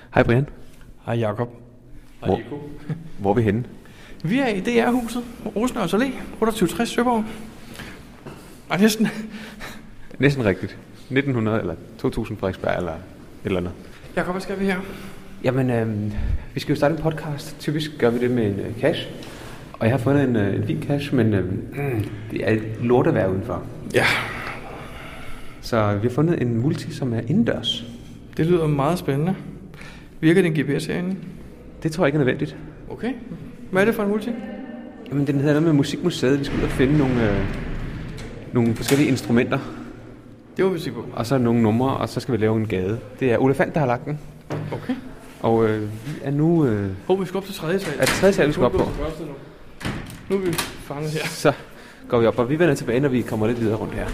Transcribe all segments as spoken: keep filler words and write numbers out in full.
Hej Brian. Hej Jakob. Hej Eko. Hvor er vi henne? Vi er i D R-huset, Rosenørns Allé, otteogtyve tres Søborg. Og næsten. Næsten rigtigt. nitten hundrede eller to tusind Frederiksberg eller et eller andet. Jakob, hvad skal vi her? Jamen, øh, vi skal jo starte en podcast. Typisk gør vi det med en øh, cache. Og jeg har fundet en, øh, en fin cache, men øh, det er et lortevejr udenfor. Ja. Så vi har fundet en multi, som er indendørs. Det lyder meget spændende. Virker din G P S herinde? Det tror jeg ikke er nødvendigt. Okay. Hvad er det for en multi? Jamen, den hedder noget med Musikmuseet. Vi skal ud og finde nogle, øh, nogle forskellige instrumenter. Det var vi sige på. Og så nogle numre, og så skal vi lave en gade. Det er Olafant, der har lagt den. Okay. Og øh, vi er nu... Øh, Hov, vi skal op til tredje sal. Er det tredje sal, vi skal op på? Nu. nu er vi fanget her. Så går vi op, og vi vender tilbage, når vi kommer lidt videre rundt her.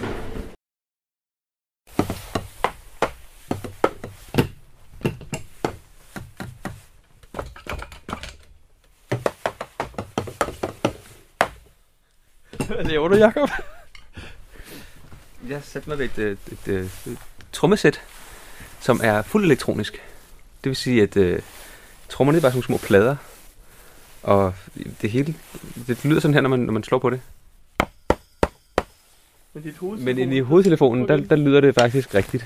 Hvad laver du, Jakob? Jeg satte mig ved et, et, et, et, et trommesæt, som er fuldt elektronisk. Det vil sige, at uh, trommerne er bare sådan små plader, og det hele, det lyder sådan her, når man, når man slår på det. Men, dit hovedtelefon, Men inde i hovedtelefonen, der, der lyder det faktisk rigtigt.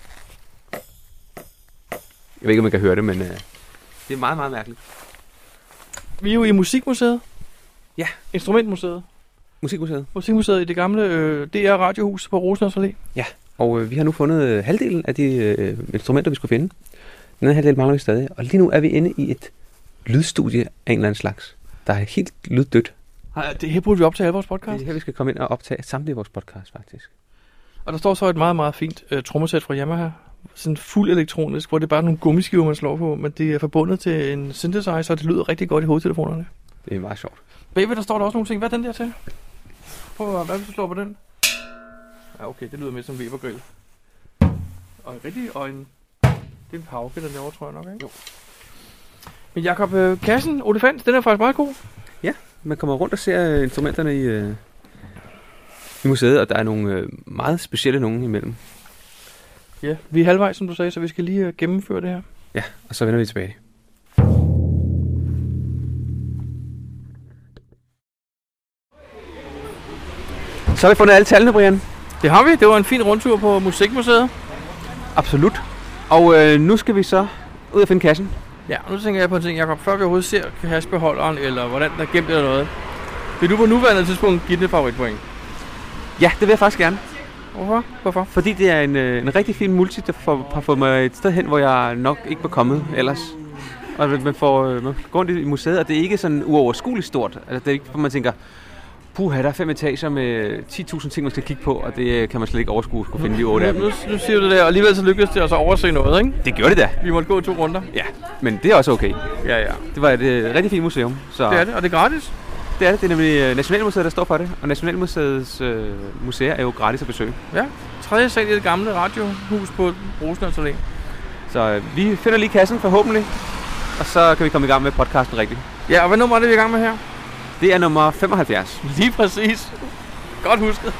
Jeg ved ikke, om man kan høre det, men uh, det er meget, meget mærkeligt. Vi er jo i Musikmuseet. Ja. Instrumentmuseet. Musikmuseet. Musikmuseet i det gamle øh, D R-radiohus på Rosenørns Allé. Ja, og øh, vi har nu fundet øh, halvdelen af de øh, instrumenter, vi skulle finde. Den anden halvdel mangler vi stadig. Og lige nu er vi inde i et lydstudie af en eller anden slags. Der er helt lyddødt. Det her burde vi optage alle vores podcast. Det er her, vi skal komme ind og optage samtlige vores podcast, faktisk. Og der står så et meget, meget fint øh, trommesæt fra Yamaha. Sådan fuld elektronisk, hvor det er bare nogle gummiskiver, man slår på. Men det er forbundet til en synthesizer, og det lyder rigtig godt i hovedtelefonerne. Det er meget sjovt. Bagved, der står der også nogle ting. Hvad er den der til? Prøv at hvad hvis du slår på den? Ja, okay, det lyder mere som Weber-grill. Og en rigtig, og en... Det er en pauke, den derovre, tror jeg nok, ikke? Jo. Men Jakob, øh, kassen, Olefant, den er faktisk meget god. Ja, man kommer rundt og ser øh, instrumenterne i, øh, i museet, og der er nogle øh, meget specielle nogen imellem. Ja, vi er halvvejs, som du sagde, så vi skal lige øh, gennemføre det her. Ja, og så vender vi tilbage. Så har vi fundet alle tallene, Brian. Det har vi. Det var en fin rundtur på Musikmuseet. Absolut. Og øh, nu skal vi så ud og finde kassen. Ja, nu tænker jeg på en ting, Jakob. Før vi overhovedet ser kassebeholderen, eller hvordan der er gemt eller noget. Vil du på nuværende tidspunkt give den et favoritpoint? Ja, det vil jeg faktisk gerne. Hvorfor? Hvorfor? Fordi det er en, øh, en rigtig fin multi, der får, har fået mig et sted hen, hvor jeg nok ikke var kommet ellers. Og man får øh, man går rundt i museet, og det er ikke sådan uoverskueligt stort. Altså, det er ikke, hvor man tænker... Puha, der er fem etager med ti tusind ting, man skal kigge på, og det kan man slet ikke overskue skulle finde de otte af dem. Nu, nu siger du det der, og alligevel så lykkedes det at overse noget, ikke? Det gjorde det da. Vi måtte gå to runder. Ja, men det er også okay. Ja, ja. Det var et uh, rigtig fint museum. Så det er det, og det er gratis. Det er det. Det er nemlig Nationalmuseet, der står for det, og Nationalmuseets uh, museer er jo gratis at besøge. Ja, tredje sal i det gamle radiohus på Rosenørns Allé. Så uh, vi finder lige kassen forhåbentlig, og så kan vi komme i gang med podcasten rigtigt. Ja, og hvad nummer er det, vi er i gang med her? Det er nummer femoghalvfjerds. Lige præcis. Godt husket.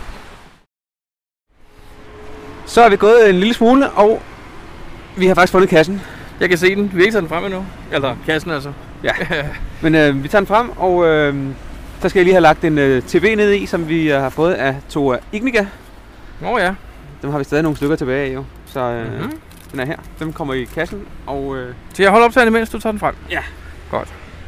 Så er vi gået en lille smule, og vi har faktisk fundet kassen. Jeg kan se den. Vi har ikke taget den frem endnu. Eller kassen altså. Ja, men øh, vi tager den frem, og øh, så skal jeg lige have lagt en øh, T V ned i, som vi øh, har fået af Thor Igniga. Nå ja. Dem har vi stadig nogle stykker tilbage af jo. Så øh, mm-hmm. den er her. Den kommer i kassen, og... Øh... Så jeg holder optagelsen, mens du tager den frem? Ja. Godt.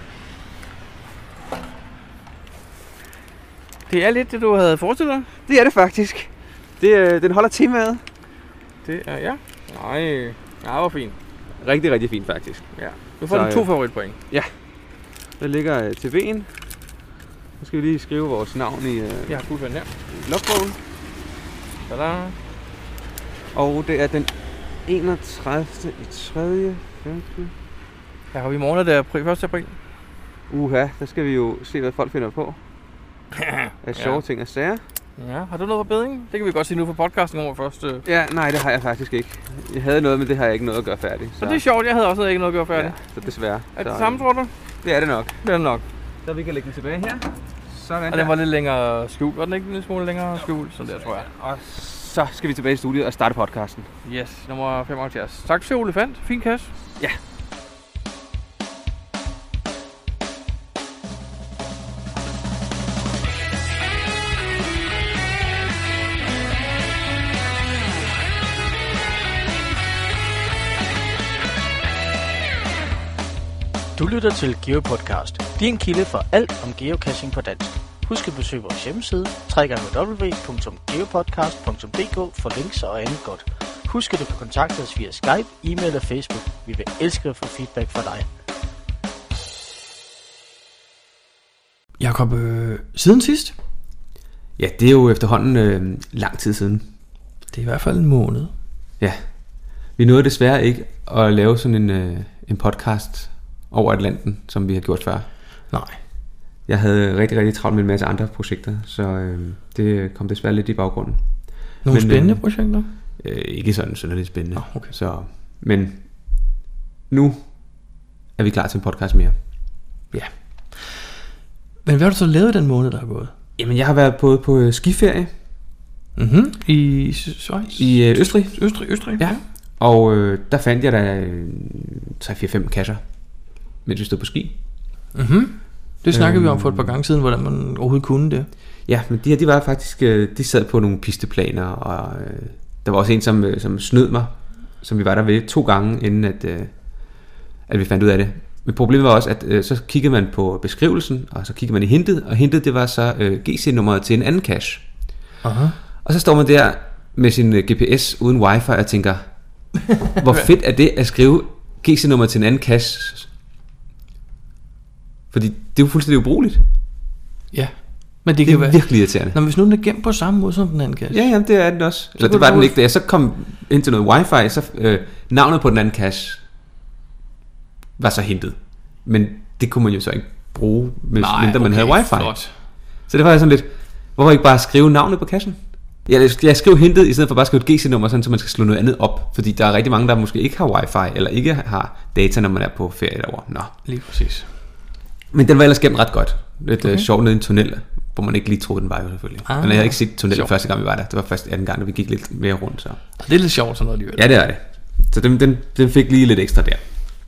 Det er lidt det, du havde forestillet dig. Det er det faktisk. Det, øh, den holder temaet. Det er, ja. Nej, ja, hvor fint. Rigtig, rigtig fint faktisk. Ja. Du får så, den to øh, favoritpoint. Ja. Der ligger øh, T V'en. Nu skal vi lige skrive vores navn i... Øh, jeg har guldfanden her. Logbogen. Tada. Og det er den enogtredivte i tredje femte Ja, og i morgen er det første april. Uha, der skal vi jo se, hvad folk finder på. Af sjove ja. ting og sager. Ja, har du noget på beding? Det kan vi godt sige nu for podcasten over først. Ja, nej, det har jeg faktisk ikke. Jeg havde noget, men det har jeg ikke noget at gøre færdigt. Så det er sjovt, jeg havde også ikke noget at gøre færdigt. Ja, så desværre. Er det så, samme, tror du? Det er det nok. Det er det nok. Så vi kan lægge den tilbage her. Sådan og den var lidt længere skjult. Var den ikke en lille smule længere skjult? Sådan der, tror jeg. Og så skal vi tilbage i studiet og starte podcasten. Yes, nummer femoghalvfjerds. Tak til Olefant. Fin kasse. Ja. Du lytter til GeoPodcast, din kilde for alt om geocaching på dansk. Husk at besøge vores hjemmeside, w w w punktum geopodcast punktum d k for links og andet godt. Husk at du kan kontakte os via Skype, e-mail og Facebook. Vi vil elske at få feedback fra dig. Jakob, øh, siden sidst? Ja, det er jo efterhånden øh, lang tid siden. Det er i hvert fald en måned. Ja, vi nåede desværre ikke at lave sådan en, øh, en podcast over Atlanten, som vi har gjort før. Nej. Jeg havde rigtig, rigtig travlt med en masse andre projekter, så øh, det kom desværre lidt i baggrunden. Nogle men, spændende øh, projekter? Øh, ikke sådan synderligt spændende. Oh, okay. Så, men nu er vi klar til en podcast mere. Ja. Men hvad har du så lavet den måned, der har gået? Jamen, jeg har været både på øh, skiferie. Mhm. I Schweiz? I øh, Østrig. Østrig, Østrig. Ja. Og øh, der fandt jeg da øh, tre fire fem kasser, mens vi stod på ski. Mhm. Det snakkede øhm, vi om for et par Øhm. gange siden, hvordan man overhovedet kunne det. Ja, men de her, de var faktisk, øh, de sad på nogle pisteplaner, og øh, der var også en, som, øh, som snød mig, som vi var der ved to gange, inden at, øh, at vi fandt ud af det. Men problemet var også, at øh, så kiggede man på beskrivelsen, og så kiggede man i hintet, og hintet, det var så øh, G C-nummeret til en anden cache. Aha. Og så står man der med sin øh, G P S uden wifi og tænker, hvor fedt er det at skrive G C-nummeret til en anden cache? Fordi det er jo fuldstændig ubrugeligt. Ja. Men det, Det kan er være virkelig irriterende. Nå, hvis nu den er gemt på samme måde som den anden cache. Ja, jamen, det er den også. Eller kunne det var du den godt- ikke. Da jeg så kom ind til noget wifi, så øh, navnet på den anden cache var så hentet. Men det kunne man jo så ikke bruge, hvis Nej, mindre man okay, havde wifi. flot. Så det var sådan lidt, hvorfor ikke bare skrive navnet på cachen? Jeg, jeg skrev hentet, i stedet for bare at skrive et G C-nummer, sådan, så man skal slå noget andet op. Fordi der er rigtig mange, der måske ikke har wifi, eller ikke har data, når man er på ferie derovre. Nå. Lige præcis. Men den var ellers gemt ret godt. Lidt Okay. okay. sjovt nede i en tunnel, hvor man ikke lige troede, den var jo selvfølgelig. Ah, Men jeg havde ikke set tunnelen sjovt. første gang, vi var der. Det var først anden gang, da vi gik lidt mere rundt. Så. Og det er lidt sjovt sådan noget alligevel. Ja, det er det. Så den, den, den fik lige lidt ekstra der.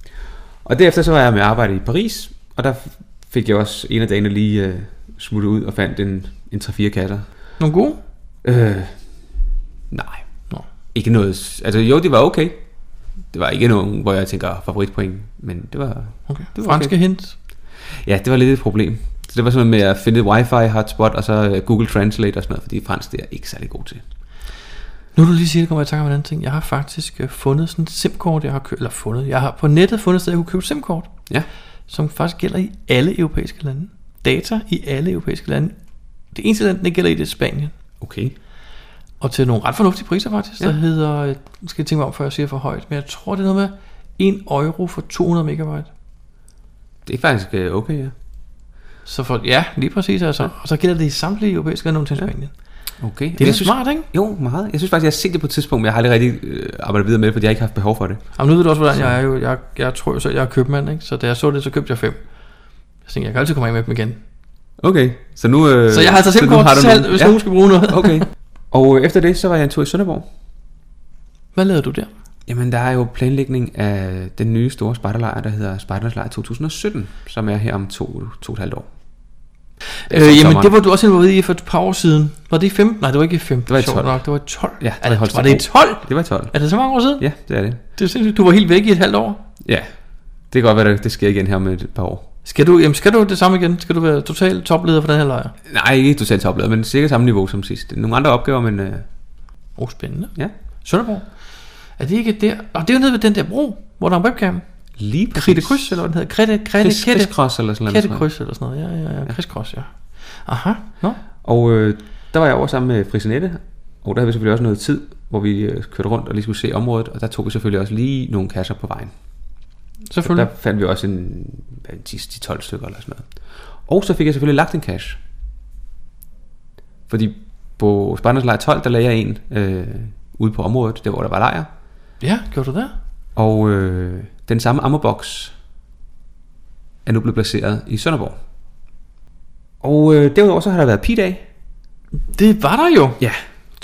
Og derefter så var jeg med at arbejde i Paris, og der fik jeg også en af dagene lige uh, smuttet ud og fandt en, en tre fire kasser. Nogle gode? Øh, nej. Nå. Ikke noget. Altså jo, det var okay. Det var ikke nogen, hvor jeg tænker favoritpoint, men det var... Okay. Det var Franske okay. hint. Ja, det var lidt et problem. Så det var sådan noget med at finde et wifi hotspot, og så Google Translate og sådan noget, fordi fransk det er ikke særlig god til. Nu du lige siger det, kommer jeg i tanke om en anden ting. Jeg har faktisk øh, fundet sådan et SIM-kort, jeg har købt, eller fundet, jeg har på nettet fundet et sted, jeg kunne købe et SIM-kort, Ja. som faktisk gælder i alle europæiske lande. Data i alle europæiske lande. Det eneste land, den ikke gælder i, det er Spanien. Okay. Og til nogle ret fornuftige priser faktisk, Ja. der hedder, øh, skal jeg tænke mig om, før jeg siger for højt, men jeg tror, det er noget med en euro for to hundrede megabyte. Det er faktisk øh, okay, ja. Så for, ja, lige præcis altså. Ja. Og så gælder det i samtlige europæiske lande, til Spanien. Okay. Det er jeg lidt synes, smart, ikke? Jo, meget. Jeg synes faktisk, jeg har set det på et tidspunkt, men jeg har aldrig rigtig øh, arbejdet videre med det, fordi jeg ikke har haft behov for det. Jamen, nu ved du også, hvordan jeg er jo. Jeg, jeg tror jo selv, jeg er købmand, ikke? Så da jeg så det, så købte jeg fem. Jeg tænkte, jeg kan altid komme af med dem igen. Okay, så nu... Øh, Så jeg har altså SIM-kort til salg, hvis ja. nogen skal bruge noget. Okay. Og efter det, så var jeg en tur i Sønderborg. Hvad lavede du der? Jamen, der er jo planlægning af den nye store spejderlejr, der hedder Spejderlejr to tusind og sytten, som er her om to, to og et halvt år. Øh, jamen, det var du også involveret i for et par år siden. Var det i femten? Nej, det var ikke i femten. Det var i Sjovt tolv. Nok, det var i tolv. Ja, er det, Holstebro. var det i tolv? Det var i tolv. Er det så mange år siden? Ja, det er det. Det er sindssygt. Du var helt væk i et halvt år. Ja, det kan godt være, at det sker igen her om et par år. Skal du, jamen, skal du det samme igen? Skal du være total topleder for den her lejr? Nej, ikke totalt topladet, men cirka samme niveau som sidst. Nogle andre opgaver, men øh, Åh, oh, spændende. ja, Sønderborg. Er det ikke der? Nå, det er jo nede ved den der bro, hvor der er en webcam. lige præcis. Kridte Kryds, eller hvad den hedder? Kridte, Kridte, Chris, Kridte, Chris Cross eller sådan noget. Kridte Kryds, eller sådan noget. Ja, ja, ja. Chris Cross, ja. Aha, nå. Og øh, der var jeg over sammen med Frisinette, og der havde vi selvfølgelig også noget tid, hvor vi øh, kørte rundt og lige skulle se området, og der tog vi selvfølgelig også lige nogle kasser på vejen. Så Selvfølgelig. der fandt vi også en, en ti til tolv stykker eller sådan noget. Og så fik jeg selvfølgelig lagt en cache. Fordi på Spejderlejr tolv, der lagde jeg en øh, ude på området, der hvor der var lejr. Ja, gjorde du det? Og øh, den samme ammerboks er nu blevet placeret i Sønderborg. Og øh, derudover så har der været P-dag. Det var der jo. Ja,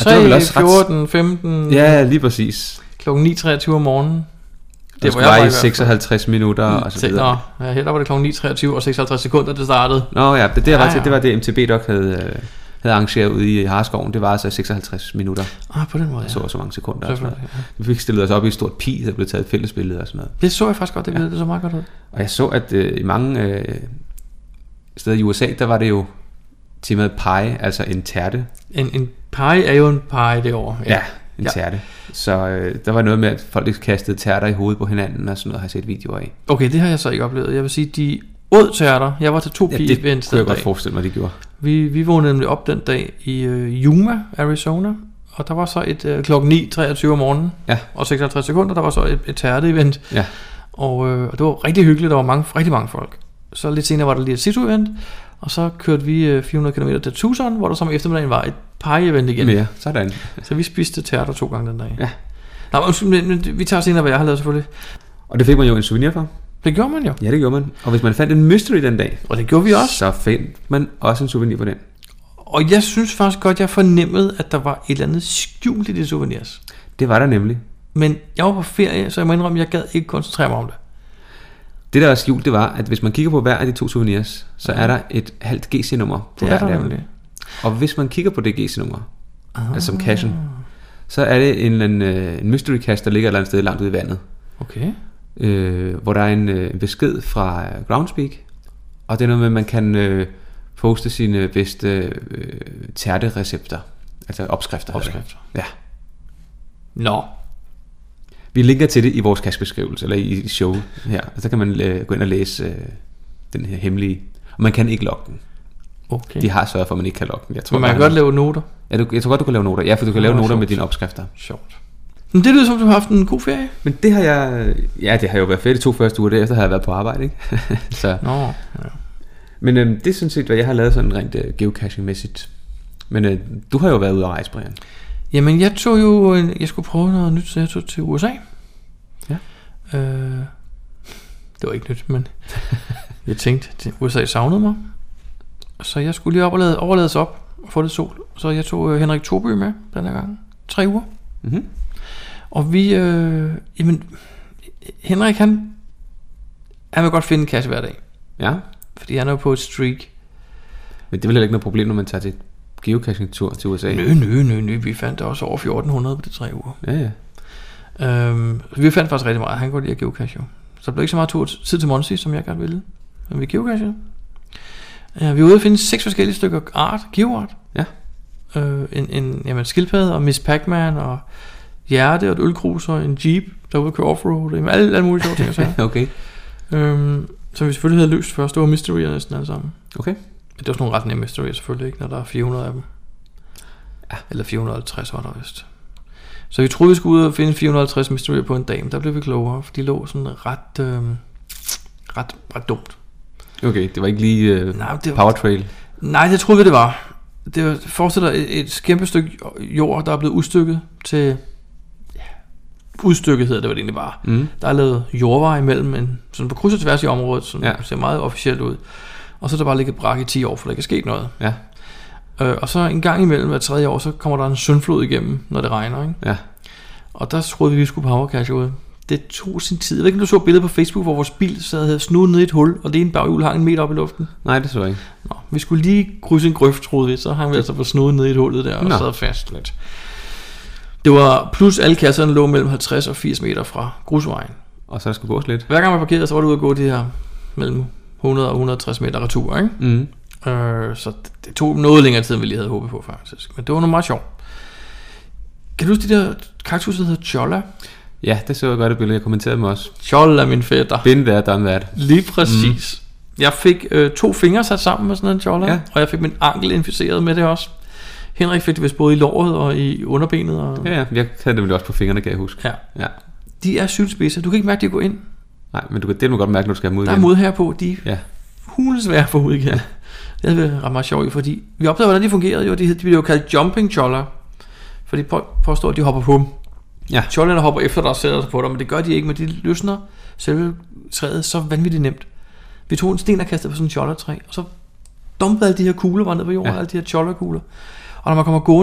tre, fjorten, femten... Ja, lige præcis. Klokken ni treogtyve om morgenen. Det var jeg i seksoghalvtreds minutter og så videre. Nå, ja, her var det klokken ni treogtyve og seksoghalvtreds sekunder, det startede. Nå ja, det, det, var, ja, ja. det var det, M T B Doc havde, havde arrangeret ude i Harskoven. Det var altså seksoghalvtreds minutter. Ah, på den måde, ja. Så så mange sekunder. Ja. Vi fik stillet os op i et stort pi, der blev taget et fællesbillede og sådan noget. Det så jeg faktisk godt, det, ja. Det så meget godt ud. Og jeg så, at øh, i mange øh, steder i U S A, der var det jo temaet pie, altså en tærte. En, en pie er jo en pie det år. Ja, ja en ja. tærte. Så øh, der var noget med, at folk kastede tærter i hovedet på hinanden og sådan noget, har jeg set videoer af. Okay, det har jeg så ikke oplevet. Jeg vil sige, de åd tærter. Jeg var til to ja, pige det events kunne jeg dag. godt forestille mig, de gjorde. Vi, vi vågnede nemlig op den dag i øh, Yuma, Arizona. Og der var så et øh, klokken ni treogtyve om morgenen. Ja. Og seksoghalvtreds sekunder, der var så et, et tærte-event. Ja. Og, øh, og det var rigtig hyggeligt. Der var mange, rigtig mange folk. Så lidt senere var der lige et situ-event. Og så kørte vi øh, fire hundrede kilometer til Tucson, hvor der så om eftermiddagen var et pie-event igen. Mere, sådan. Så vi spiste tærter to gange den dag. Ja. Nå, men, men vi tager senere, hvad jeg har lavet selvfølgelig. Og det fik man jo en souvenir for. Det gjorde man jo. Ja, det gjorde man. Og hvis man fandt en mystery den dag, og det gjorde vi også, så fandt man også en souvenir for den. Og jeg synes faktisk godt, jeg fornemmede, at der var et eller andet skjult i de souvenirs. Det var der nemlig. Men jeg var på ferie, så jeg må indrømme, at jeg gad ikke koncentrere mig om det. Det der var skjult, det var, at hvis man kigger på hver af de to souvenirs, så er der et halvt G C-nummer på det hver er der af dem. Og hvis man kigger på det G C-nummer, ah. altså som cashen, så er det en, en, en mystery cache, der ligger et eller andet sted langt ude i vandet. Okay. Øh, hvor der er en, en besked fra Groundspeak, og det er noget med, at man kan øh, poste sine bedste øh, tærterecepter, altså opskrifter. Opskrifter. Ja. Nå. Vi linker til det i vores cashbeskrivelse, eller i show her, og så kan man øh, gå ind og læse øh, den her hemmelige, og man kan ikke logge den. Okay. De har sørget for, at man ikke kan logge den. Jeg tror, men man kan godt lave noter. Ja, du, jeg tror godt, du kan lave noter. Ja, for du kan Nå, lave noter sjovt. med dine opskrifter. Sjovt. Men det lyder som, du har haft en god ferie. Men det har jeg... Ja, det har jo været fedt de to første uger. Derefter har jeg været på arbejde, ikke? Så. Nå, ja. Men øhm, det er sådan set, hvad jeg har lavet sådan rent øh, geocaching-mæssigt. Men øh, du har jo været ude at rejse, Brian. Jamen, jeg tog jo... En, jeg skulle prøve noget nyt, så jeg tog til U S A. Ja. Øh, det var ikke nyt, men... jeg tænkte, at U S A savnede mig. Så jeg skulle lige op og lade, overlades op og få lidt sol. Så jeg tog Henrik Thorby med den her gang. Tre uger. Mm-hmm. Og vi... Øh, jamen, Henrik, han... Han vil godt finde en cache hver dag. Ja. Fordi han er jo på et streak. Men det er vel heller ikke noget problem, når man tager til geocaching-tur til U S A? Nø, nø, nø, nø. Vi fandt også over fjorten hundrede på de tre uger. Ja, ja. Øhm, vi fandt faktisk rigtig meget. Han kunne lide at geocache jo. Så der blev ikke så meget tur, tid til Monsi, som jeg gerne ville. Men vi geocachede. Ja, vi er ude at finde seks forskellige stykker art, geoart. Ja. Øh, en, en jamen, skildpadde og Miss Pac-Man og hjerte og et ølkrus og en jeep, der er ude at køre offroad. Jamen, alle, alle mulige sjove ting. Okay. Øhm, som vi selvfølgelig havde løst først. Det var mysterier næsten alle sammen. Okay. Men det var sådan nogle ret nemme mysterier selvfølgelig, ikke, når der er fire hundrede af dem. Ja. Eller fire hundrede og halvtreds var der vist. Så vi troede, vi skulle ud og finde fire hundrede og halvtreds mysterier på en dag, men der blev vi klogere, for de lå sådan ret, øh, ret, ret dumt. Okay, det var ikke lige øh, nej, det var, Power Trail? Nej, det troede vi, det var. Det var, forestiller et, et kæmpe stykke jord, der er blevet udstykket til... Ja, udstykket hedder det vel egentlig bare. Mm. Der er lavet jordveje imellem, en, sådan på kryds og tværs i området, som ja. ser meget officielt ud. Og så er der bare ligget brak i ti år, for der ikke er sket noget. Ja. Øh, og så en gang imellem hver tredje år, så kommer der en syndflod igennem, når det regner, ikke? Ja. Og der troede vi, vi skulle powercache ud. Det tog sin tid. Jeg ved ikke, om du så billedet på Facebook, hvor vores bil sad og havde snudet ned i et hul, og det ene baghjul hang en meter op i luften. Nej, det så jeg ikke. Nå, vi skulle lige krydse en grøft, troede vi. Så hang vi altså på snudet ned i et hullet der, og Nå. sad fast lidt. Det var plus alle kasserne lå mellem halvtreds og firs meter fra grusvejen. Og så der skulle gås lidt. Hver gang man parkerede, så var du ude at gå de her mellem hundrede og hundrede og tres meter retur, ikke? Mm. Øh, så det, det tog noget længere tid, end vi lige havde håbet på, faktisk. Men det var noget meget sjovt. Kan du huske de der kaktus, der hedder Cholla? Ja, det så jeg godt et billede. Jeg kommenterede dem også. Cholla, min fætter. Been there, done that. Lige præcis. Mm. Jeg fik øh, to fingre sat sammen med sådan en Cholla, ja. Og jeg fik min ankel inficeret med det også. Henrik fik det vist både i låret og i underbenet. Og... Ja, ja, jeg havde det vel også på fingrene, kan jeg huske. Ja. Ja. De er syltspidser. Du kan ikke mærke, at de går ind. Nej, men du kan, det må godt mærke, når du skal have mod igen. Der er mod her på. De er ja. hulesvære for ud igen. Ja. Det havde været ret meget sjovt, fordi vi opdagede, hvordan de fungerede. Jo, de, de blev jo kaldt jumping Cholla. For de påstår, at de hopper på dem. Ja. Chollerne hopper efter dig og sætter sig på dig, men det gør de ikke, men de løsner selve træet så vanvittigt nemt. Vi tog en sten og kastede på sådan en chollertræ, og så dumpede alle de her kugler var ned på jorden, ja. Alle de her chollerkugler. Og når man kommer gående,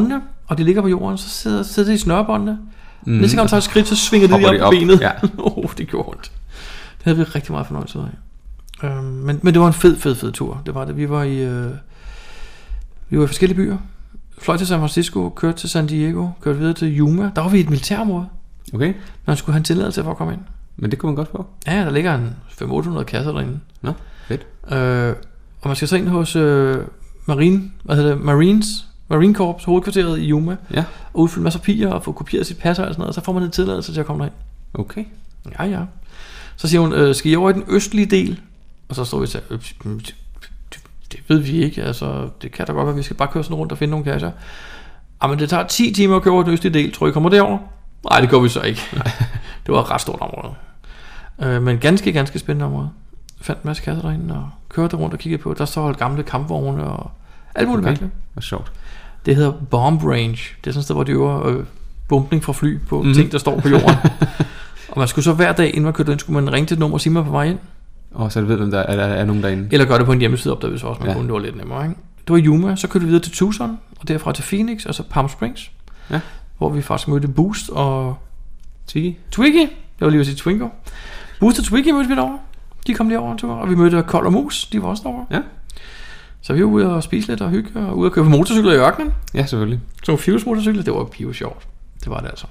og de ligger på jorden, så sidder, sidder de i snørebåndene. Mm. Næste gang man tager et skridt, så svinger de lige op, de på op. benet. Ja. oh, det gjorde ondt. Det havde vi rigtig meget fornøjelse af. Øhm, men, men det var en fed, fed, fed tur. Det var det. Vi var i, øh, vi var i forskellige byer. Fløj til San Francisco, kørte til San Diego, kørte videre til Yuma. Der var vi i et militærområde. Okay. Man skulle have en tilladelse for at komme ind. Men det kunne man godt få. Ja, der ligger en fem otte hundrede kasser derinde. Nå, fedt. Øh, og man skal så ind hos øh, Marine, hvad hedder det, Marines, Marine Corps, hovedkvarteret i Yuma, Ja. og udfylde masser af papirer og få kopieret sit pas og sådan noget, og så får man en tilladelse til at komme derind. Okay. Ja, ja. Så siger hun, øh, skal I over i den østlige del? Og så står vi til, øh, det ved vi ikke, altså, det kan da godt være, vi skal bare køre sådan rundt og finde nogle kasser. Jamen, det tager ti timer at køre over den østlige del, tror I kommer derover? Nej, det gør vi så ikke. Det var et ret stort område. Øh, men ganske, ganske spændende område. Jeg fandt en masse kasser derinde og kørte rundt og kiggede på. Der står gamle kampvogne og alt muligt Okay. mærkeligt. Hvor sjovt. Det hedder Bomb Range. Det er sådan et sted, hvor de øver øh, bumpning fra fly på Mhm. ting, der står på jorden. Og man skulle så hver dag, inden man kørte ind, skulle man ringe til et nummer og sige, man på vej ind. Og så ved hvem der er, der er nogen derinde. Eller gøre det på en hjemmeside op, der hvis også man Ja. kunne. Det var lidt nemmere, ikke? Det var Yuma. Så kørte vi videre til Tucson, og derfra til Phoenix, og så Palm Springs. Ja. Hvor vi faktisk mødte Boost og Tiki. Twiggy. Jeg vil lige sige Twingo. Boost og Twiggy mødte vi derovre. De kom lige over en tur, og vi mødte Kold og Mus. De var også derovre. Ja. Så vi var ude og spise lidt og hygge, og ude og køre på motorcykler i ørkenen. Ja, selvfølgelig. Så Fuse motorcykler, det var piv sjovt. Det var det altså.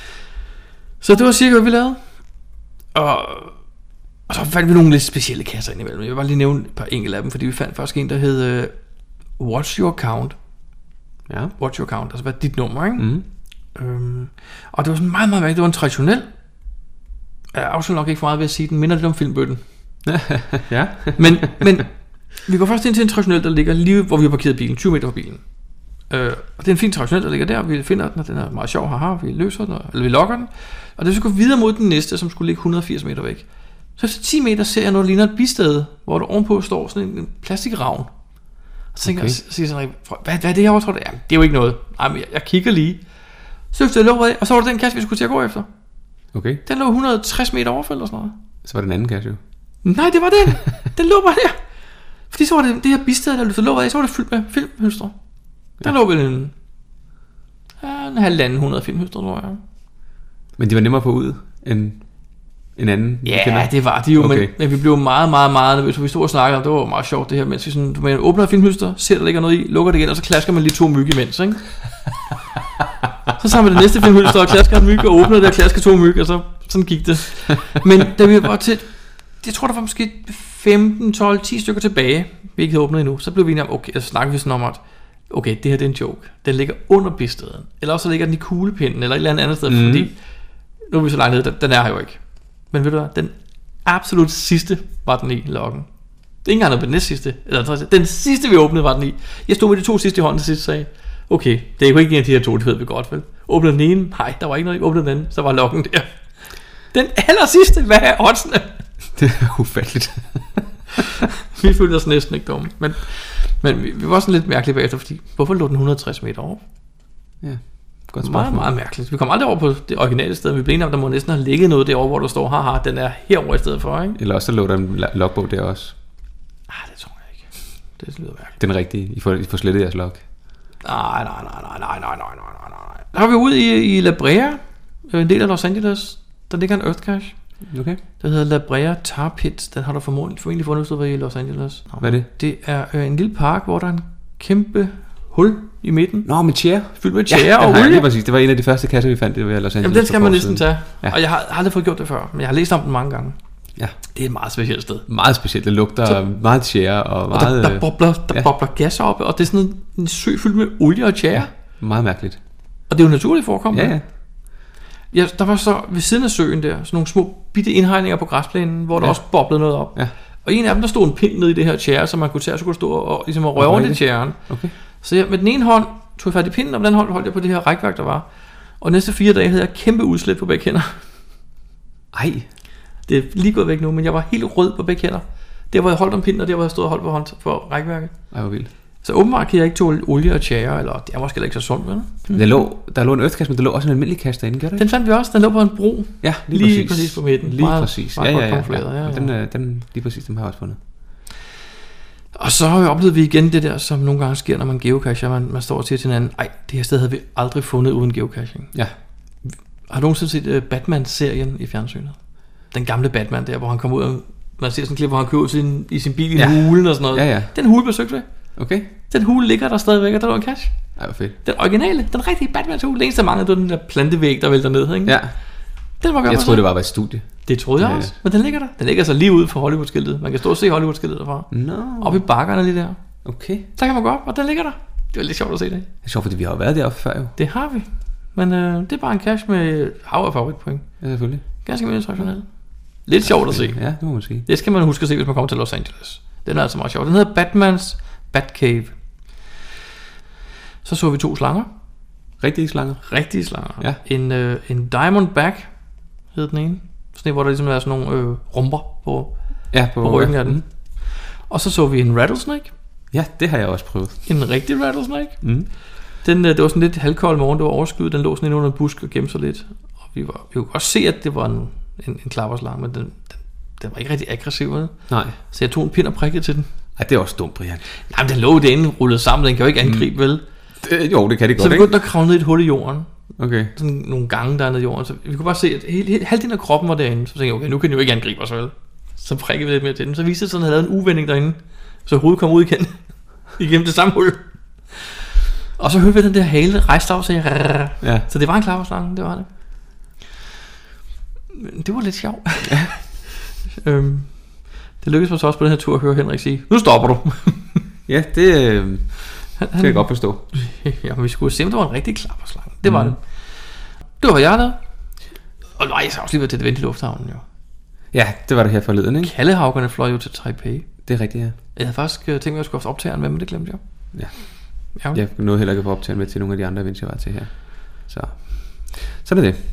Så det var cirka, hvad vi lavede. Og, og så fandt vi nogle lidt specielle kasser indimellem. Jeg vil bare lige nævne et par enkelte af dem, fordi vi fandt faktisk en, der hed uh, What's Your Count? Ja. What's Your Count? Altså, hvad er dit nummer, ikke? Mm. Øhm, og det var sådan meget, meget mærkeligt. Det var en traditionel. Jeg afslører nok ikke for meget ved at sige, den minder lidt om Filmbøtten. Ja. Men, men vi går først ind til en traditionel, der ligger lige, hvor vi har parkeret bilen, tyve meter fra bilen. Øh, og det er en fin traditionel, der ligger der. Vi finder den, og den er meget sjov. Haha, vi løser den, eller vi lokker den. Og det skal gå videre mod den næste, som skulle ligge et hundrede og firs meter væk. Så efter ti meter ser jeg noget, der ligner et bistade, hvor der ovenpå står sådan en, en plastikravn. Og så tænker Okay. jeg, siger sådan, hvad, hvad er det her, tror du? Ja, det er jo ikke noget. Ej, men jeg, jeg kigger lige. Så efter jeg lå af, og så var det den kasse, vi skulle til at gå efter. Okay. Den lå et hundrede og tres meter overfald eller sådan noget. Så var det en anden kasse jo. Nej, det var den. Den lå bare der. Fordi så var det det her bistade, der løftede låget af, så var det fyldt med filmhylstre. Der Ja. lå vel en, ja, en halvanden hundrede filmhylstre, tror jeg. Men de var nemmere at få ud end en anden. vi Ja, kender. det var de jo, Okay. men, men vi blev meget, meget, meget nervøse. Vi stod og snakkede om, det var meget sjovt det her, mens vi sådan, man åbner filmhylster, ser der ligger noget i, lukker det igen, og så klasker man lige to myg imens, ikke? Så tager man det næste filmhylster og klasker en myg, og åbner det og klasker to myg, og så sådan gik det. Men da vi var til, jeg tror der var måske femten, tolv, ti stykker tilbage, vi ikke havde åbnet endnu, så blev vi enige om, okay, så snakkede vi sådan om, at okay, det her det er en joke. Den ligger under bistaden, eller også så ligger den i kuglepinden, eller et eller andet andet sted, Mhm. fordi nu er vi så langt nede, den, den er her jo ikke. Men ved du hvad, den absolut sidste var den i loggen. Det er ikke engang noget på den næste sidste, eller den, den sidste vi åbnede var den i. Jeg stod med de to sidste i hånden til sidst og sagde, okay, det er jo ikke en af de her to, det ved vi godt, vel? Åbnede den ene, nej, der var ikke noget i. Åbnede den anden, så var loggen der. Den aller sidste, hvad er oddsene? Det er ufatteligt. Vi følte os næsten ikke dumme. Men, men vi, vi var sådan lidt mærkelige bagefter, fordi hvorfor lå den et hundrede og tres meter over? Ja. Godt Meget, spørgsmål. meget mærkeligt. Vi kom aldrig over på det originale sted. Vi blev enige om, der må næsten have ligget noget derovre, hvor der står, haha, den er herovre i stedet for, ikke? Eller også så lå der en la- logbog der også. Ah, det tror jeg ikke. Det lyder mærkeligt. Den rigtige. I får, I får slettet jeres log. Nej, nej, nej, nej, nej, nej, nej, nej, nej. Der var vi ude i, i La Brea, en del af Los Angeles. Der ligger en Earth Cache, Okay. der hedder La Brea Tar Pit. Den har du formodentlig, formentlig fundet, hvis du var i Los Angeles. Nå, Hvad er det? Det er øh, en lille park, hvor der er en kæmpe hul i midten, Nå, med chair. fyldt med tjære Ja, og den har jeg olie. lige præcis. Det var en af de første kasser, vi fandt. Det var i Los Angeles. Jamen, den skal for man år næsten siden. tage. Ja. Ja. Og jeg har aldrig fået gjort det før, men jeg har læst om den mange gange. Ja. Det er et meget specielt sted. Meget specielt. Det lugter Så- meget chair og Og meget, der, der, bobler, der ja. bobler gas op, og det er sådan en sø fyldt med olie og tjære. ja, meget mærkeligt. Og det er jo naturligt forekommende. Ja, ja. Ja, der var så ved siden af søen der, sådan nogle små bitte indhegninger på græsplænen, hvor der Ja. også boblede noget op. Ja. Og en af dem, der stod en pind ned i det her tjære, som man kunne tage, så kunne stå og, ligesom og røre Og rundt røre i tjæren. Okay. Så jeg, med den ene hånd tog jeg fat i pinden, og med den hånd holdt jeg på det her rækværk, der var. Og næste fire dage havde jeg kæmpe udslæt på begge hænder. Ej. Det er lige gået væk nu, men jeg var helt rød på begge hænder. Der hvor jeg holdt om pinden, og der hvor jeg stod og holdt på hånd for rækværket. Ej, hvor vildt. Så åbenbart kan jeg ikke tåle olie og tjære, eller det er måske heller ikke så sundt, vel? Mm. Der, lå, der lå en Earth Cache, men der lå også en almindelig kasse derinde, gør det ikke? Den fandt vi også, den lå på en bro. Ja, lige, Lige præcis. præcis på midten. Lige Meget- præcis. meget Ja, godt ja, ja. kamufleret, ja, ja. ja. Den, øh, den, lige præcis, dem har jeg også fundet. Og så oplevede vi igen det der, som nogle gange sker, når man geocacher. Man, man står og siger til hinanden, ej, det her sted havde vi aldrig fundet uden geocaching. Ja. Har du nogensinde set uh, Batman-serien i fjernsynet? Den gamle Batman der, hvor han kommer ud og man ser sådan en klip, hvor han kører ud sin, i sin bil i ja. hulen og sådan noget. Ja, ja. Den hule besøgte vi. Okay. Den hule ligger der stadigvæk, og der var en cache. Ej, hvor fedt. Den originale, den rigtige Batmans hule. Det eneste mange, det var den der plantevæg, der vælter ned, ikke? Ja. Den var godt. Jeg troede, det var bare et studie. Det troede jeg ja. også, men den ligger der. Den ligger så lige ude for Hollywood-skiltet. Man kan stå og se Hollywood-skiltet derfra. No. Oppe i bakkerne lige der. Okay. Der kan man gå op, og den ligger der. Det var lidt sjovt at se det. Det er sjovt, fordi vi har jo været deroppe før jo. Det har vi. Men øh, det er bare en cache med hav af favoritpoint. Ja, selvfølgelig. Ganske mere traditionelt. Lidt sjovt at se. Ja, det må man sige. Det skal man huske at se, hvis man kommer til Los Angeles. Den er altså meget sjov. Den hedder Batmans Batcave. Så så vi to slanger. Rigtige slanger. Rigtige slanger. Ja. En, øh, en Diamondback hed den ene. Sådan en, hvor der ligesom er sådan nogle øh, rumper på, ja, på, på ryggen af den. Mm. Og så så vi en rattlesnake. Ja, det har jeg også prøvet. En rigtig rattlesnake. Mm. Den, øh, det var sådan lidt halvkold morgen, det var overskyet. Den lå sådan inde under en busk og gemte sig lidt. Og vi, var, vi kunne godt se, at det var en, en, en klapperslange, men den, den, den var ikke rigtig aggressiv. Eller? Nej. Så jeg tog en pind og prikkede til den. Ej, det er også dumt, Brian. Nej, men den lå derinde rullet sammen. Den kan jo ikke angribe, mm. vel? Det, jo, det kan det godt, så vi begyndte at kravle ned i et hul i jorden. Okay. Sådan nogle gange der nede i jorden. Så vi kunne bare se, at hele, hele, halvdelen af kroppen var derinde. Så tænkte jeg, okay, nu kan den jo ikke angribe os, vel? Så prikkede vi lidt mere til den. Så viste det sig, at den havde lavet en uvending derinde. Så hovedet kom ud igen. Igennem det samme hul. Og så hørte vi den der hale rejste af, så jeg... Ja. Så det var en klapperslange, det var det. Men det var lidt sjovt. Ja. øhm, det lykkedes mig så også på den her tur at høre Henrik sige, nu stopper du. Ja, det øh, han, kan han, jeg godt forstå. Jamen, vi skulle se, om det var en rigtig klapperslange. Det var mm. det. Det var jeg der. Og nej, jeg har også lige været til det vent i lufthavnen, jo. Ja, det var det her forleden, ikke? Kallehavkerne fløj jo til Taipei. Det er rigtigt, ja. Jeg havde faktisk tænkt mig, at jeg skulle have optageren med, men det glemte jeg. Ja. Ja. Jeg nåede heller ikke at få optageren med til nogle af de andre events, jeg var til her. Så, så er det det.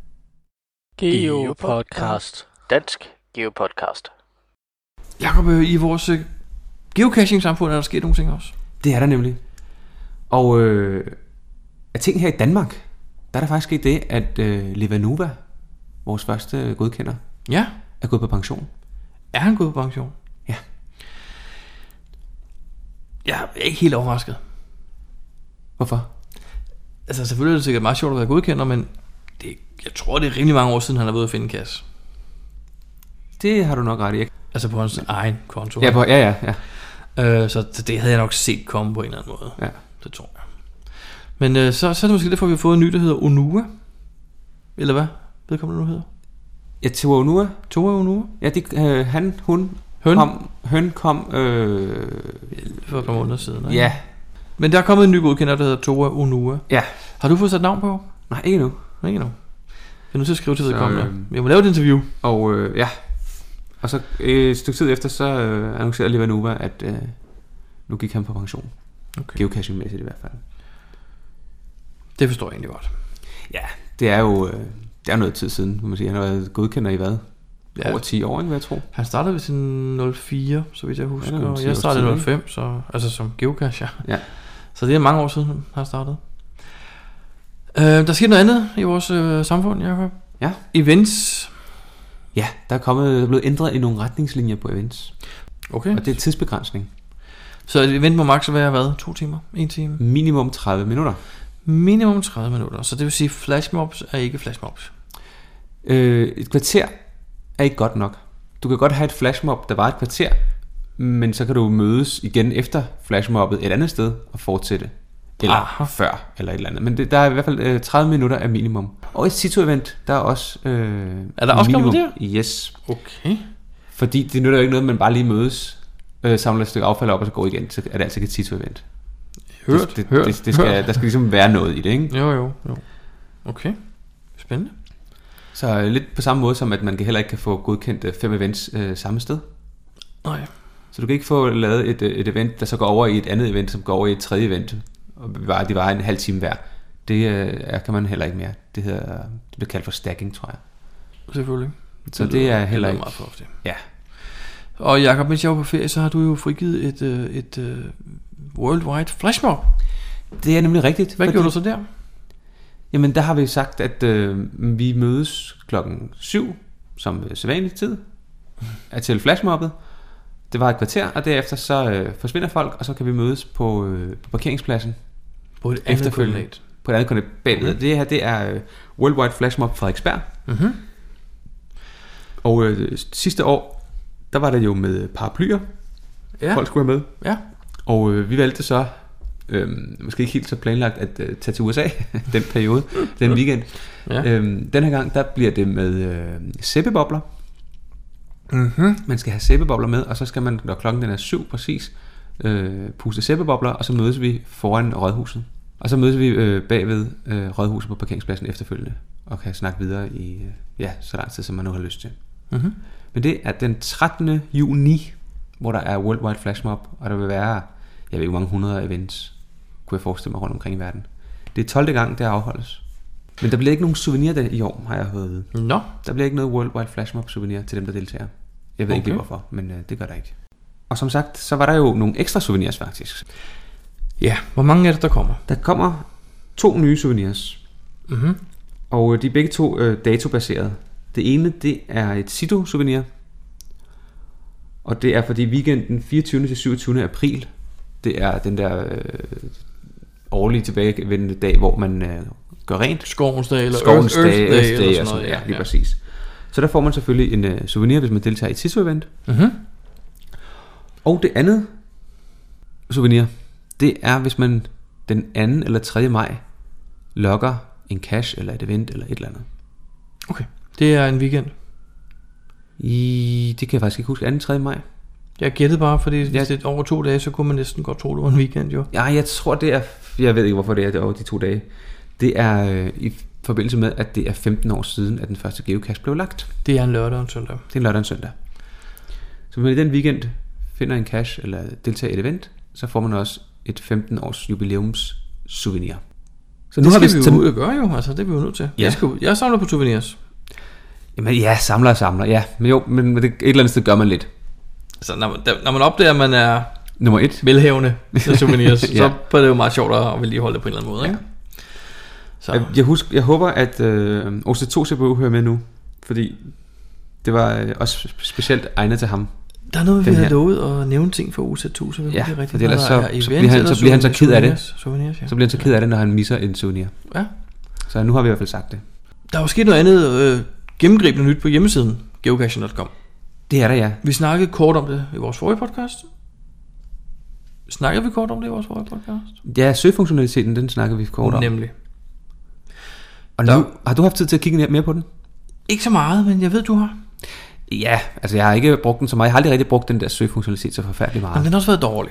Geopodcast. Dansk Geopodcast. Jakob, i vores uh, geocaching-samfund er der sket nogle ting også. Det er der nemlig. Og øh, af ting her i Danmark, der er der faktisk sket det, at øh, Levanova, vores første godkender, ja. er gået på pension. Er han gået på pension? Ja. Jeg er ikke helt overrasket. Hvorfor? Altså selvfølgelig er det sikkert meget sjovt at være godkender, men det, jeg tror det er rimelig mange år siden han har været ude at finde en kasse. Det har du nok ret i. Altså på hans egen konto. Ja, på, ja, ja, ja. Øh, så det havde jeg nok set komme på en eller anden måde. Ja. Det tror jeg. Men øh, så, så er det måske derfor, vi har fået en ny, der hedder Onua. Eller hvad? Vedkommende nu hedder? Ja, Toa Onua. Toa Onua? Ja, de, øh, han, hun, høn kom, høn kom øh, for et par måneder siden. Ikke? Ja. Men der er kommet en ny godkender, der hedder Toa Onua. Ja. Har du fået sat navn på? Nej, ikke nu. Ikke nu. Jeg er nødt til at skrive til vedkommende. Øh, Jeg må lave et interview. Og øh, ja. Og så øh, et stykke tid efter, så øh, annoncerede Levanova, at øh, nu gik han på pension. Okay. Geocaching-mæssigt i hvert fald. Det forstår jeg egentlig godt. Ja, det er jo øh, det er noget tid siden, kan man sige. Han har været godkender i hvad? Ja. Over ti år, ikke, hvad jeg tror. Han startede ved sin nul fire, så vidt jeg husker. Ja, og jeg startede i nul fem, så, altså som geocacher. Ja. Så det er mange år siden, han har startet. Øh, der sker noget andet i vores øh, samfund, Jacob. Ja. Events. Ja, der er, kommet, der er blevet ændret i nogle retningslinjer på events. Okay. Og det er tidsbegrænsning. Så et event må maks være hvad? To timer? En time? Minimum tredive minutter. Minimum tredive minutter. Så det vil sige, flashmobs er ikke flashmobs. Øh, et kvarter er ikke godt nok. Du kan godt have et flashmob, der var et kvarter, men så kan du mødes igen efter flashmobbet et andet sted og fortsætte. Eller Aha. før, eller et eller andet. Men det, der er i hvert fald øh, tredive minutter af minimum. Og et Cito-event, der er også øh, Er der også minimum. kommet der? Yes. Okay. Fordi det nytter jo ikke noget, man bare lige mødes, øh, samler et stykke affald op og så går igen. Så er det altså ikke et Cito-event. Hørt, det, det, hørt, det, det skal, hørt. Der skal ligesom være noget i det, ikke? Jo, jo, jo. Okay. Spændende. Så øh, lidt på samme måde som, at man heller ikke kan få godkendt øh, fem events øh, samme sted. Nej. Så du kan ikke få lavet et, et event, der så går over i et andet event, som går over i et tredje event. Og de var en halv time hver. Det øh, kan man heller ikke mere. Det, hedder, det bliver kaldt for stacking, tror jeg. Selvfølgelig. Så det, det er heller ikke... meget fornuftigt. Ja. Og Jacob, mens jeg var på ferie, så har du jo frigivet et, et, et worldwide flashmob. Det er nemlig rigtigt. Hvad gjorde du så der? Jamen, der har vi sagt, at øh, vi mødes klokken syv, som sædvanlig tid, er til flashmobbet. Det var et kvarter, og derefter så øh, forsvinder folk, og så kan vi mødes på, øh, på parkeringspladsen. På et andet koordinat. På et andet koordinat bagved. Mm-hmm. Det her, det er øh, Worldwide Flash Mob Frederiksberg. Mm-hmm. Og øh, sidste år, der var det jo med paraplyer. Ja. Folk skulle være med. Ja. Og øh, vi valgte så, øh, måske ikke helt så planlagt, at øh, tage til U S A den periode, den weekend. Ja. Øhm, den her gang, der bliver det med øh, sæbebobler. Mm-hmm. Man skal have sæbebobler med, og så skal man, når klokken den er syv præcis, øh, puste sæbebobler, og så mødes vi foran rådhuset. Og så mødes vi øh, bagved øh, rådhuset på parkeringspladsen efterfølgende, og kan snakke videre i, øh, ja, så lang tid, som man nu har lyst til. Mm-hmm. Men det er den trettende juni, hvor der er Worldwide Flash Mob, og der vil være, jeg ved ikke, hvor mange hundrede events, kunne jeg forestille mig, rundt omkring i verden. Det er tolvte gang, det afholdes. Men der bliver ikke nogen souvenir i år, har jeg hørt ved. Nå. Der bliver ikke noget Worldwide Flash Mob souvenir til dem, der deltager. Jeg ved okay. ikke lige hvorfor, men øh, det gør der ikke. Og som sagt, så var der jo nogle ekstra souvenirs faktisk. Ja, hvor mange er det, der kommer? Der kommer to nye souvenirs. Mm-hmm. Og de er begge to øh, datobaserede. Det ene, det er et Sido-souvenir. Og det er fordi weekenden fireogtyvende til syvogtyvende april, det er den der øh, årlige tilbagevendende dag, hvor man øh, gør rent. Skovens dag, eller Skovens Earth, dag, Earth Day, Earth Day, eller og sådan sådan noget. ja, lige ja. præcis. Så der får man selvfølgelig en øh, souvenir, hvis man deltager i et Sido-event. Mm-hmm. Og det andet souvenir, det er, hvis man den anden eller tredje maj logger en cash eller et event eller et eller andet. Okay, det er en weekend. I, det kan jeg faktisk ikke huske. anden tredje maj. Jeg gættede bare, fordi hvis Ja. det er over to dage, så kunne man næsten godt tro, det var en weekend, jo. Ja, jeg tror det er, jeg ved ikke hvorfor det er det over de to dage. Det er øh, i forbindelse med, at det er femten år siden, at den første geocache blev lagt. Det er en lørdag og en søndag. Det er en lørdag og en søndag. Så hvis man i den weekend finder en cache eller deltager i et event, så får man også et femten års jubilæums souvenir. Så Nu det skal vi jo ud og gøre jo, altså det er vi jo nødt til. Ja. Jeg, skal, jeg samler på souvenirs. Jamen ja, samler og samler, ja. Men jo, men det, et eller andet sted gør man lidt. Altså når man, når man opdager, at man er Nummer et. velhavende med souvenirs, Ja. så er det jo meget sjovt at vedligeholde det på en eller anden måde, Ja. ikke? Så. Jeg, jeg, husker, jeg håber, at øh, O C to C P U hører med nu, fordi det var øh, også specielt egnet til ham. Der er noget, vi Den har her. lovet at nævne ting for U Z to, så vi Ja, det er rigtigt. for ellers Når så- der er så events bliver han- eller så bliver han så ked af det. souvenirs- souvenirs, ja. Så bliver han så ked af det, når han misser en souvenir. Ja. Så nu har vi i hvert fald sagt det. Der er jo sket noget andet øh, gennemgribende nyt på hjemmesiden geocaching punktum com. Det er der, ja. Vi snakkede kort om det i vores forrige podcast. Snakkede vi kort om det i vores forrige podcast? Ja, søgefunktionaliteten, den snakker vi kort om. Nemlig. Og nu, har du haft tid til at kigge mere på den? Ikke så meget, men jeg ved, du har. Ja, altså jeg har ikke brugt den så meget. Jeg har aldrig rigtig brugt den der søgefunktionalitet så forfærdelig Men meget. den har også været dårlig.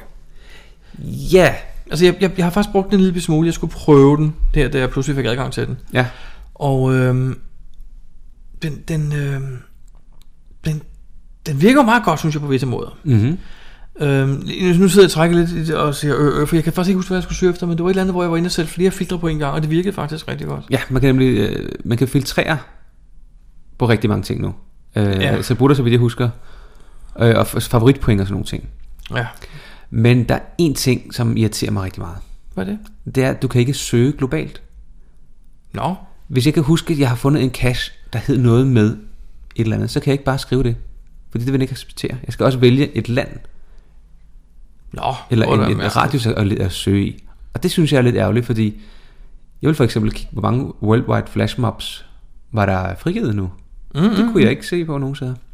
Ja. Altså, jeg, jeg, jeg har faktisk brugt den en lille smule. Jeg skulle prøve den, der, da jeg pludselig fik adgang til den. Ja. Og øhm, den, den, øhm, den, den virker meget godt, synes jeg, på visse måder. Mm-hmm. Øhm, nu sidder jeg og trækker lidt i det og siger, øh, øh, for jeg kan faktisk ikke huske, hvad jeg skulle søge efter, men det var et eller andet, hvor jeg var inde og sætte flere filtre på en gang, og det virkede faktisk rigtig godt. Ja, man kan nemlig øh, man kan filtrere på rigtig mange ting nu. Øh, Ja. Altså bruger så vidt jeg husker. Øh, og f- favoritpoint og sådan nogle ting. Ja. Men der er en ting, som irriterer mig rigtig meget. Hvad er det? Det er, at du kan ikke søge globalt. Nå. Hvis jeg kan huske, at jeg har fundet en cache, der hed noget med et eller andet, så kan jeg ikke bare skrive det. Fordi det vil jeg ikke acceptere. Jeg skal også vælge et land, Nå. eller hvor er en, det en mærkeligt. radius at, at søge i. Og det synes jeg er lidt ærgerligt, fordi jeg vil for eksempel kigge, hvor mange worldwide flash mobs var der frigivet nu. Mm-hmm. Det kunne jeg ikke se på nogen steder.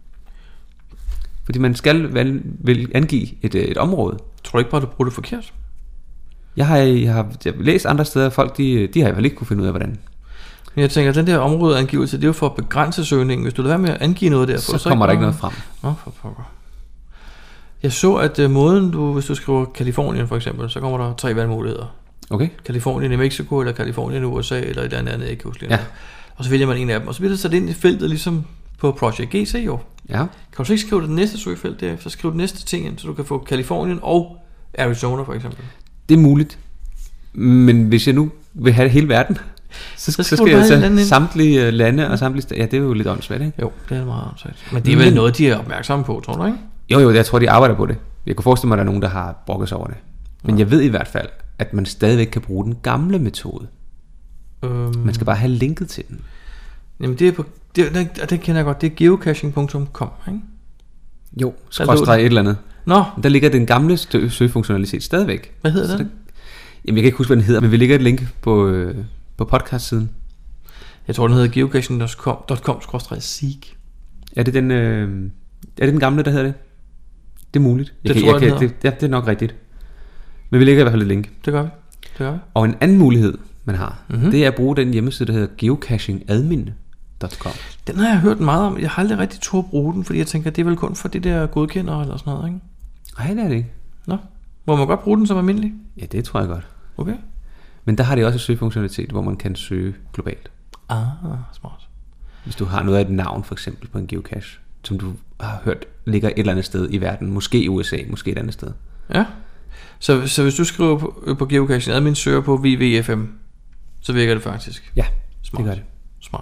Fordi man skal vel, vel angive et, et område. Tror du ikke bare, du bruger det forkert? Jeg har, jeg har, jeg har læst andre steder, folk de, de har i hvert fald ikke kunne finde ud af, hvordan. Men jeg tænker, at den der områdeangivelse, det er jo for at begrænse søgningen. Hvis du lader være med at angive noget der, Så, så kommer der ikke noget frem. Nå, for pokker. Jeg så, at uh, måden, du, hvis du skriver Kalifornien for eksempel, så kommer der tre valgmuligheder. Okay. Kalifornien i Mexico, eller Kalifornien i U S A, eller et eller andet, jeg ikke huske lige. Ja. Og så vælger man en af dem, og så bliver det sat ind i feltet, ligesom på Project G C jo. Ja. Kan du så ikke skrive det næste søgefelt derefter, skrive det næste ting ind, så du kan få Kalifornien og Arizona for eksempel. Det er muligt. Men hvis jeg nu vil have hele verden, så, så, så skal jeg tage samtlige øh, lande og samtlige steder. Ja, det er jo lidt åndssvagt, ikke? Jo, det er meget åndssvagt. Men det er vel noget, de er opmærksomme på, tror du ikke? Jo, jo, jeg tror, de arbejder på det. Jeg kunne forestille mig, at der er nogen, der har brokket sig over det. Men ja. Jeg ved i hvert fald, at man stadigvæk kan bruge den gamle metode. Øhm, Man skal bare have linket til den. Jamen det er på, det, det, det kender jeg godt, det er geocaching punktum com, ikke? Jo, skråstreg et eller andet. Nå. Der ligger den gamle stø- søgefunktionalitet stadigvæk. Hvad hedder den? Der, jamen, jeg kan ikke huske, hvad den hedder, men vi lægger et link på, øh, på podcast-siden. Jeg tror, den hedder geocaching punktum com skråstreg seek. Er det den, øh, er det den gamle, der hedder det? Det er muligt. Jeg Det kan, tror jeg, jeg den kan, det, ja, det er nok rigtigt. Men vi lægger i hvert fald et link. Det gør vi. Det gør vi. Og en anden mulighed, man har, Mhm. det er at bruge den hjemmeside, der hedder geocaching admin punktum com. Den har jeg hørt meget om. Jeg har aldrig rigtig tur at bruge den, fordi jeg tænker, det er vel kun for det der godkender eller sådan noget, ikke? Nej, det er det ikke. Nå. Må man godt bruge den som almindelig? Ja, det tror jeg godt. Okay. Men der har de også en søgefunktionalitet, hvor man kan søge globalt. Ah, smart. Hvis du har noget af et navn, for eksempel på en geocache, som du har hørt ligger et eller andet sted i verden, måske i U S A, måske et andet sted. Ja. Så, så hvis du skriver på, på geocaching, admin søger på W W F M, så virker det faktisk. Ja, Smart. det gør det. Smart.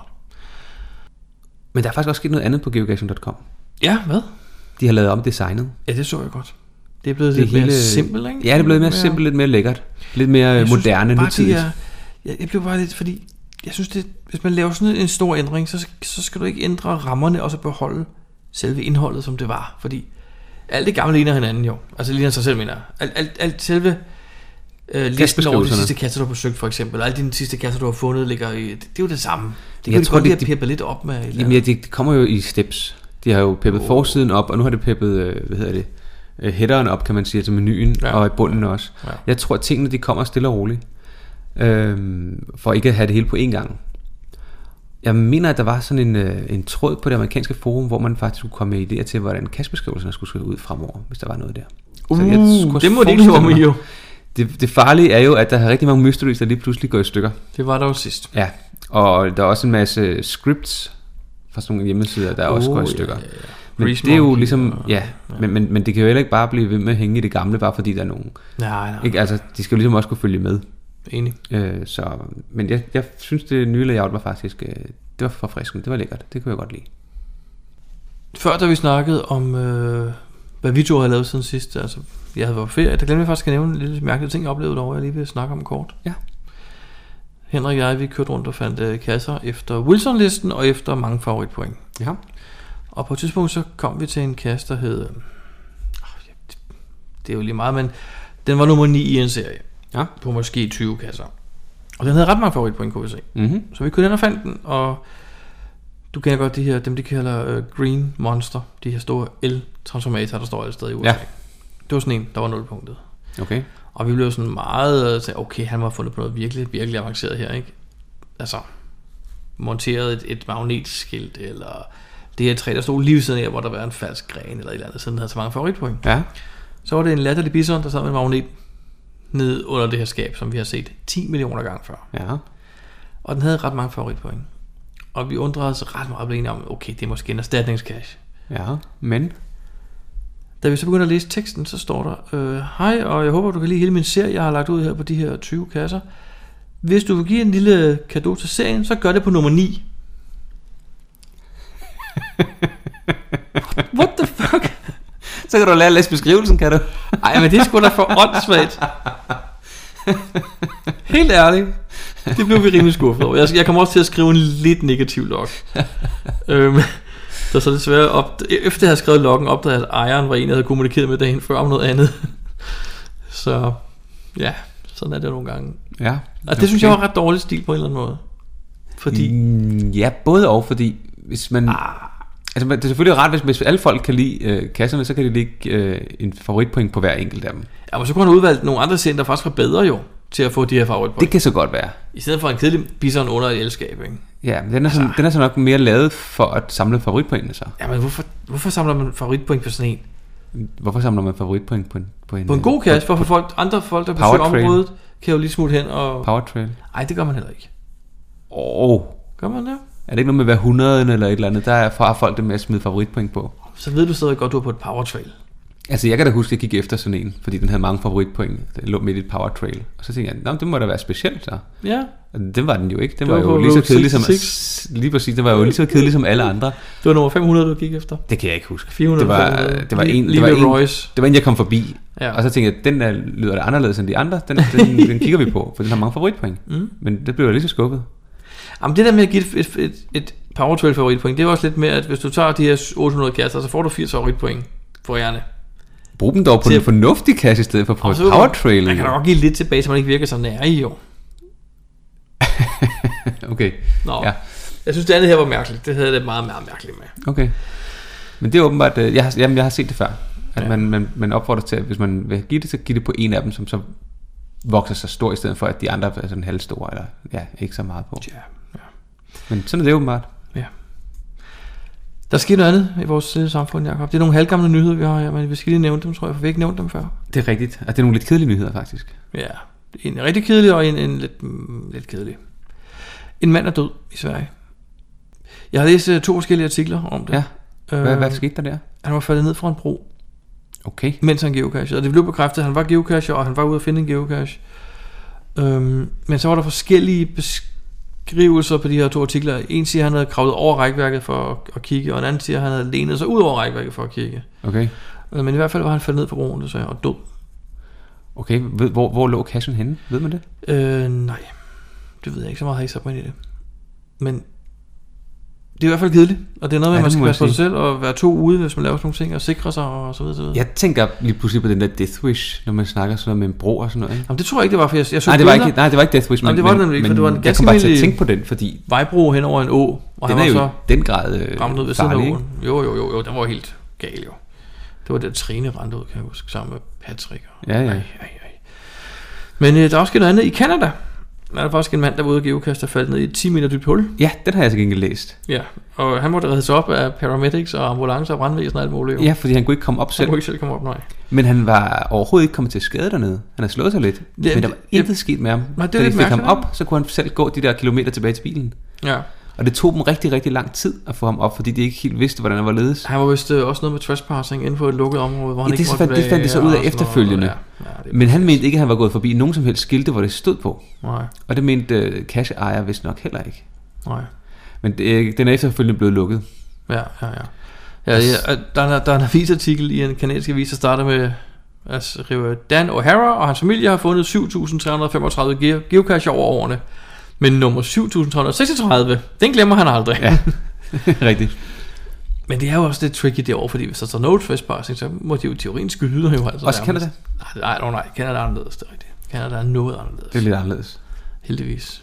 Men der er faktisk også sket noget andet på geocaching punktum com. Ja, hvad? De har lavet om designet. Ja, det så jeg godt. Det er blevet Det lidt hele... mere hele- simpelt, ikke? Ja, det er blevet mere simpelt, lidt mere lækkert. Lidt mere Jeg synes moderne, bare, nutidigt. de er- Jeg, jeg blev bare lidt, fordi jeg synes, det, hvis man laver sådan en stor ændring, så, så skal du ikke ændre rammerne og så beholde selve indholdet, som det var. Fordi alt det gamle ligner hinanden jo. Altså ligner sig selv, mener jeg. Alt, alt, alt selve øh, listen over de sidste kasser, du har besøgt, for eksempel. Alle dine sidste kasser, du har fundet, ligger i... Det, det er jo det samme. Det kan Jeg du tror, godt det- lide at det- peppe lidt op med. et eller Jamen ja, andet. det, det kommer jo i steps. De har jo peppet Oh. oh. forsiden op, og nu har det peppet, øh, hvad hedder det, øh, headeren op, kan man sige, til menuen, Ja. ja. og i bunden også. Ja. Jeg tror, at tingene de kommer stille og roligt, øhm, for ikke at have det hele på én gang. Jeg mener, at der var sådan en, øh, en tråd på det amerikanske forum, hvor man faktisk kunne komme med idéer til, hvordan kastbeskrivelserne skulle se ud fremover, hvis der var noget der. Uh, jeg skulle også det må de ikke forestille lumme mig- i, jo. Det, det farlige er jo, at der er rigtig mange mysteries, der lige pludselig går i stykker. Det var der jo sidst. Ja, og der er også en masse scripts fra sådan nogle hjemmesider, der også Oh, går i ja, stykker. ja, ja. Men Grease det er jo Monkey ligesom, og- ja, men, men, men det kan jo heller ikke bare blive ved med at hænge i det gamle, bare fordi der er nogen. Nej, nej. Ikke? Altså, de skal jo ligesom også kunne følge med. Enig. Øh, så, men jeg, jeg synes, det nye layout var faktisk, øh, det var forfriskende, det var lækkert, det kunne jeg godt lide. Før da vi snakkede om, øh, hvad vi to havde lavet siden sidst, altså jeg havde været på ferie, der glemte jeg faktisk at nævne en lille mærkelig ting, jeg oplevede derovre, jeg lige vil snakke om kort. Ja. Henrik og jeg, vi kørte rundt og fandt øh, kasser efter Wilson-listen og efter mange favoritpoint. Ja. Og på et tidspunkt så kom vi til en kasse, der hed, øh, det er jo lige meget, men den var nummer ni i en serie, Ja. på måske tyve kasser. Og den havde ret mange favoritpoint, kunne vi se. Mm-hmm. Så vi kørte ind og fandt den, og du kender godt de her, dem de kalder uh, Green Monster, de her store el-transformatorer, der står alle steder i U S A. Ja. Det var sådan en, der var nulpunktet. Okay. Og vi blev sådan meget, så okay, han var fundet på noget virkelig, virkelig avanceret her, ikke? Altså, monteret et, et magnetskilt, eller det her træ, der stod lige ved siden af, hvor der var en falsk gren, eller et eller andet, så den havde så mange favoritpoint. Ja. Så var det en latterlig bison, der sad med en magnet ned under det her skab, som vi har set ti millioner gange før. Ja. Og den havde ret mange favoritpoint. Og vi undrede os ret meget blevet enige om, okay, det er måske en erstatningscash. Ja. Men. Da vi så begynder at læse teksten, så står der, øh, hej, og jeg håber, du kan lide hele min serie, jeg har lagt ud her på de her tyve kasser. Hvis du vil give en lille cadeau til serien, så gør det på nummer ni. What the fuck? Så kan du lære at læse beskrivelsen, kan du? Ej, men det er sgu da for åndssvagt. Helt ærligt. Det blev vi rimelig skuffet over. Jeg, jeg kommer også til at skrive en lidt negativ log. øhm, der så desværre op, efter jeg havde skrevet loggen, opdagede jeg, at ejeren var en, jeg havde kommunikeret med dagen før om noget andet. Så ja, sådan er det nogle gange. Ja. Og det okay. synes jeg var ret dårlig stil på en eller anden måde. Fordi Mm, ja, både og, fordi hvis man... ah, Altså, det er selvfølgelig rart, hvis, hvis alle folk kan lide øh, kasserne, så kan de ligge øh, en favoritpoint på hver enkelt af dem. ja, men så kunne han have udvalgt nogle andre serier, der faktisk var bedre jo, til at få de her favoritpoint. Det kan så godt være. I stedet for en kedelig bison under et elskab, ikke? Ja, men den er, sådan, den er så nok mere lavet for at samle favoritpointene så. Ja, men hvorfor, hvorfor samler man favoritpoint på sådan en? Hvorfor samler man favoritpoint på en... På en, På en god kasse, hvorfor folk, andre folk, der besøger Powertrail. området, kan jo lige smutte hen og... Powertrail? Ej, det gør man heller ikke. Åh, oh, Gør man det? er det ikke noget med hver hundrede eller et eller andet? Der er fra folk det med at smide favoritpoint på. Så ved du stadig godt, du er på et powertrail. Altså, jeg kan da huske, at jeg gik efter sådan en, fordi den havde mange favoritpoint. Den lå midt i et powertrail. Og så tænkte jeg, nå, det må da være specielt så. Ja, Og det var den jo ikke. Den Det var, var jo på lige så Route kedelig som... seksogtres. Lige præcis, den var jo lige så kedelig som alle andre. det var nummer fem hundrede, du gik efter. Det kan jeg ikke huske. fire hundrede, Det var, fem hundrede. det var en, det Lige var ved en, Royce. det var en, jeg kom forbi. Ja. Og så tænkte jeg, den der lyder da anderledes end de andre. Den, den, den kigger vi på, for den har mange favoritpoint. Mm. Men det blev jeg lige så skuffet. Jamen det der med at give et, et, et, et powertrail favoritpoint, det er også lidt med, at hvis du tager de her otte hundrede kasser, så får du firs favoritpoint for ærende. Brug dem dog på en fornuftig kasse i stedet for på et powertrailer. Jeg kan nok give lidt tilbage, så man ikke virker så nær i jo. Okay. Nå, ja. Jeg synes det andet her var mærkeligt. Det havde det meget, meget mærkeligt med. Okay. Men det er åbenbart, jeg har, jamen, jeg har set det før. At ja. man, man, man opfordrer til, at hvis man vil give det, så give det på en af dem, som så vokser sig stor, i stedet for at de andre er sådan halvstore, eller ja, ikke så meget på. Ja, ja. Men sådan er det åbenbart. Ja. Der sker noget andet i vores lille samfund, Jacob. Det er nogle halvgamle nyheder, vi har her, men vi skal lige nævne dem, tror jeg, for vi har ikke nævnt dem før. Det er rigtigt, og det er nogle lidt kedelige nyheder, faktisk. Ja, en rigtig kedelig og en, en lidt, lidt kedelig. En mand er død i Sverige. Jeg har læst to forskellige artikler om det. Ja. Hvad, øh, hvad skete der der? Han var faldet ned fra en bro. Okay. Mens han geocachede. Og det blev bekræftet, at han var geocacher, og han var ude at finde en geocache. Øhm, men så var der forskellige beskrivelser på de her to artikler. En siger, at han havde kravlet over rækværket for at, at kigge, og en anden siger, at han havde lænet sig ud over rækværket for at kigge. Okay. Øh, men i hvert fald var han faldet ned fra broen, det sagde, og død. Okay, hvor, hvor lå cachen henne? Ved man det? Øh, nej. Det ved jeg ikke, så meget har jeg ikke sat mig ind i det. Men det er i hvert fald kedeligt, og det er noget med, ja, at man skal passe på sig selv og være to ude, hvis man laver sådan nogle ting, og sikre sig og så videre, så videre. Jeg tænker lige pludselig på den der Death Wish, når man snakker sådan noget med en bro og sådan noget, ikke? Jamen det tror jeg ikke, det var, for jeg, jeg så nej, det var ikke, nej, det var ikke Death Wish, men, nej, det var det ikke, for det var en ganske jeg kom bare til at tænke på den, fordi vejbro hen over en å, og den han er var jo så den grad øh, ramt ud ved siden af åen. Jo, jo, jo, jo, den var helt gal jo. Det var der Trine rendte ud, kan jeg huske, sammen med Patrick. Og, ja, ja. Ej, ej, ej. Men øh, der er også sket noget andet i Canada. Der er faktisk en mand, der var ude og geocache, der faldt ned i et ti meter dybt hul. Ja, den har jeg så gengæld læst. Ja, og han måtte reddes op af paramedics og ambulancer og brandvæsen og alt muligt. Ja, fordi han kunne ikke komme op selv. Han kunne ikke selv komme op, nej. Men han var overhovedet ikke kommet til skade dernede. Han har slået sig lidt, ja, men der var det, intet sket med ham. Nej, det da de fik ham op, så kunne han selv gå de der kilometer tilbage til bilen. Ja. Og det tog dem rigtig, rigtig lang tid at få ham op, fordi de ikke helt vidste, hvordan han var ledes. Han var vist øh, også noget med trespassing inden for et lukket område, hvor han ja, ikke det, måtte det fandt de så ud af efterfølgende. Ja. Ja, men han mente ikke, at han var gået forbi nogen som helst skilte, hvor det stod på. Nej. Og det mente uh, cache-ejer vist nok heller ikke. Nej. Men det, den er efterfølgende blevet lukket. Ja, ja, ja. ja, ja der, er, der er en avisartikel i en kanadisk avis, der starter med at skrive, Dan O'Hara og hans familie har fundet syv tusind tre hundrede femogtredive geocacher over årene. Men nummer syv tusind tre hundrede seksogtredive, den glemmer han aldrig. Ja, rigtigt. Men det er jo også lidt tricky derovre, fordi hvis der står no trespassing, så må de jo teorien skyde jo altså. Også Canada? Nej, nej, nej, Canada er anderledes, det er rigtigt. Canada er noget anderledes. Det er lidt anderledes. Heldigvis.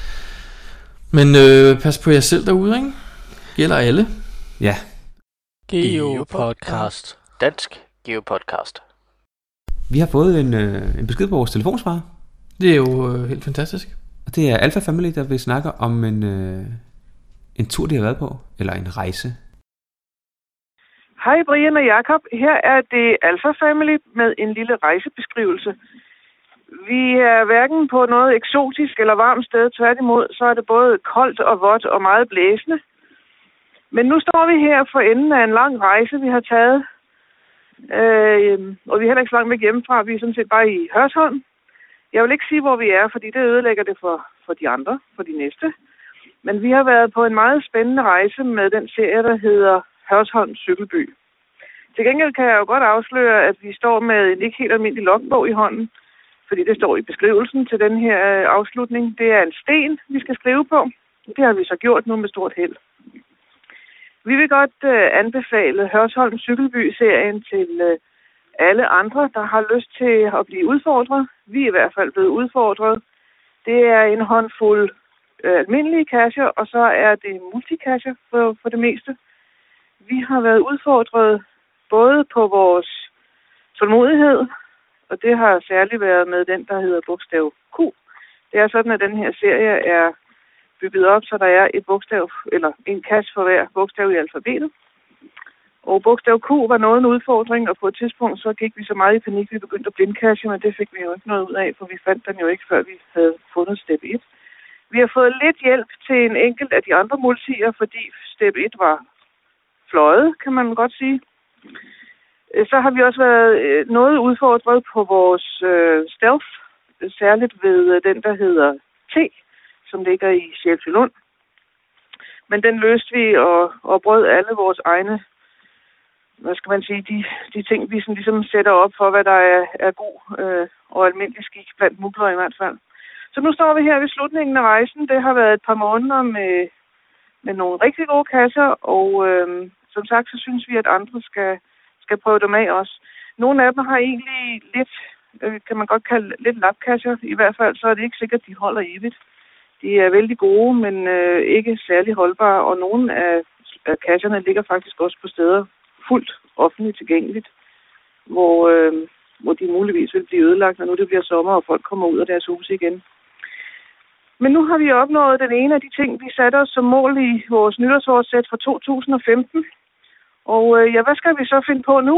Men øh, pas på jer selv derude, ikke? Gælder alle. Ja. Geopodcast. Dansk Geopodcast. Vi har fået en, øh, en besked på vores telefonsvarer. Det er jo øh, helt fantastisk. Og det er Alpha Family, der vil snakke om en, øh, en tur, de har været på, eller en rejse. Hej Brian og Jakob. Her er det Alpha Family med en lille rejsebeskrivelse. Vi er hverken på noget eksotisk eller varmt sted. Tværtimod, så er det både koldt og vådt og meget blæsende. Men nu står vi her for enden af en lang rejse, vi har taget. Øh, og vi er heller ikke så langt væk hjemmefra. Vi er sådan set bare i Hørsholm. Jeg vil ikke sige, hvor vi er, fordi det ødelægger det for, for de andre, for de næste. Men vi har været på en meget spændende rejse med den serie, der hedder Hørsholm Cykelby. Til gengæld kan jeg jo godt afsløre, at vi står med en ikke helt almindelig logbog i hånden, fordi det står i beskrivelsen til den her afslutning. Det er en sten, vi skal skrive på. Det har vi så gjort nu med stort held. Vi vil godt uh, anbefale Hørsholm Cykelby-serien til uh, alle andre, der har lyst til at blive udfordret. Vi er i hvert fald blevet udfordret. Det er en håndfuld uh, almindelige cacher, og så er det multicacher for, for det meste. Vi har været udfordret både på vores tålmodighed, og det har særligt været med den, der hedder bogstav Q. Det er sådan, at den her serie er bygget op, så der er et bogstav, eller en cache for hver bogstav i alfabetet. Og bogstav Q var noget en udfordring, og på et tidspunkt så gik vi så meget i panik, vi begyndte at blindcache, men det fik vi jo ikke noget ud af, for vi fandt den jo ikke, før vi havde fundet step et. Vi har fået lidt hjælp til en enkelt af de andre multier, fordi step et var fløjet, kan man godt sige. Så har vi også været noget udfordret på vores øh, stealth, særligt ved den, der hedder T, som ligger i Sjælsølund. Men den løste vi og, og brød alle vores egne, hvad skal man sige, de, de ting, vi sådan ligesom sætter op for, hvad der er, er god øh, og almindelig skik blandt mugler i hvert fald. Så nu står vi her ved slutningen af rejsen. Det har været et par måneder med, med nogle rigtig gode kasser, og øh, som sagt, så synes vi, at andre skal, skal prøve dem af også. Nogle af dem har egentlig lidt, kan man godt kalde lidt lapkasser. I hvert fald så er det ikke sikkert, at de holder evigt. De er vældig gode, men øh, ikke særlig holdbare, og nogle af, af kasserne ligger faktisk også på steder fuldt offentligt tilgængeligt, hvor, øh, hvor de muligvis vil blive ødelagt, når nu det bliver sommer, og folk kommer ud af deres hus igen. Men nu har vi opnået den ene af de ting, vi satte os som mål i vores nytårsforsæt for to tusind og femten. Og øh, ja, hvad skal vi så finde på nu?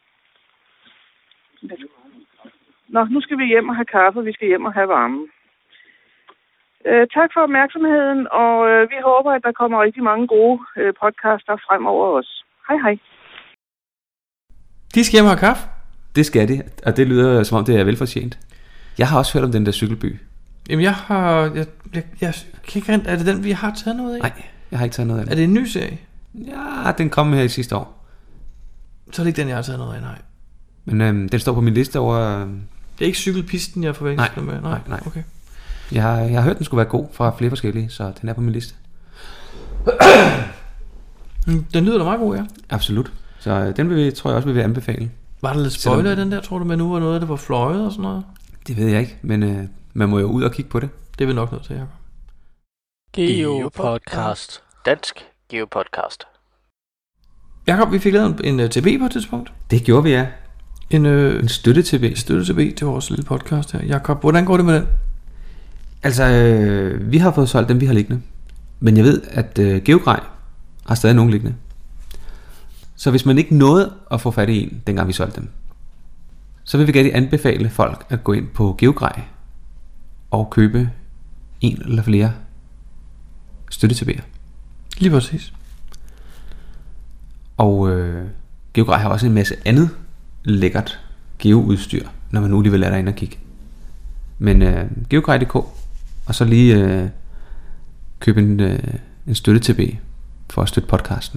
Nå, nu skal vi hjem og have kaffe, vi skal hjem og have varme. Øh, tak for opmærksomheden, og øh, vi håber, at der kommer rigtig mange gode øh, podcaster fremover også. Hej hej. De skal hjem og have kaffe? Det skal de, og det lyder som om det er velfortjent. Jeg har også hørt om den der cykelby. Jamen jeg har... Jeg, jeg, jeg kan ikke rent, er det den, vi har taget noget af? Nej, jeg har ikke taget noget af den. Er det en ny serie? Ja, den kom her i sidste år. Så er det ikke den, jeg har taget noget af, nej. Men øhm, den står på min liste over... Øhm... Det er ikke cykelpisten, jeg forventer nej, med? Nej, nej. Okay. Jeg har, jeg har hørt, den skulle være god fra flere forskellige, så den er på min liste. Den lyder da meget god, ja. Absolut. Så øh, den vil vi, tror jeg også, vi vil anbefale. Var der lidt spoiler i den der, tror du, men nu var noget, der var fløjet og sådan noget? Det ved jeg ikke, men øh, man må jo ud og kigge på det. Det er vi nok nødt til, Jacob. GeoPodcast. Dansk GeoPodcast. Jacob, vi fik lavet en, en T B på et tidspunkt. Det gjorde vi, ja. En, øh, en støtte-T B. Støtte-T B til vores lille podcast her. Jacob, hvordan går det med den? Altså, øh, vi har fået solgt dem, vi har liggende. Men jeg ved, at øh, GeoGrej har stadig nogen liggende. Så hvis man ikke nåede at få fat i en, dengang vi solgte dem, så vil vi gerne anbefale folk at gå ind på GeoGrej og købe en eller flere støtte-T B'er. Lige præcis. Og øh, GeoGrej har også en masse andet lækkert geoudstyr, når man nu lige vil lade dig ind og kigge. Men øh, geogrej punktum d k, og så lige øh, købe en, øh, en støtte-T B for at støtte podcasten.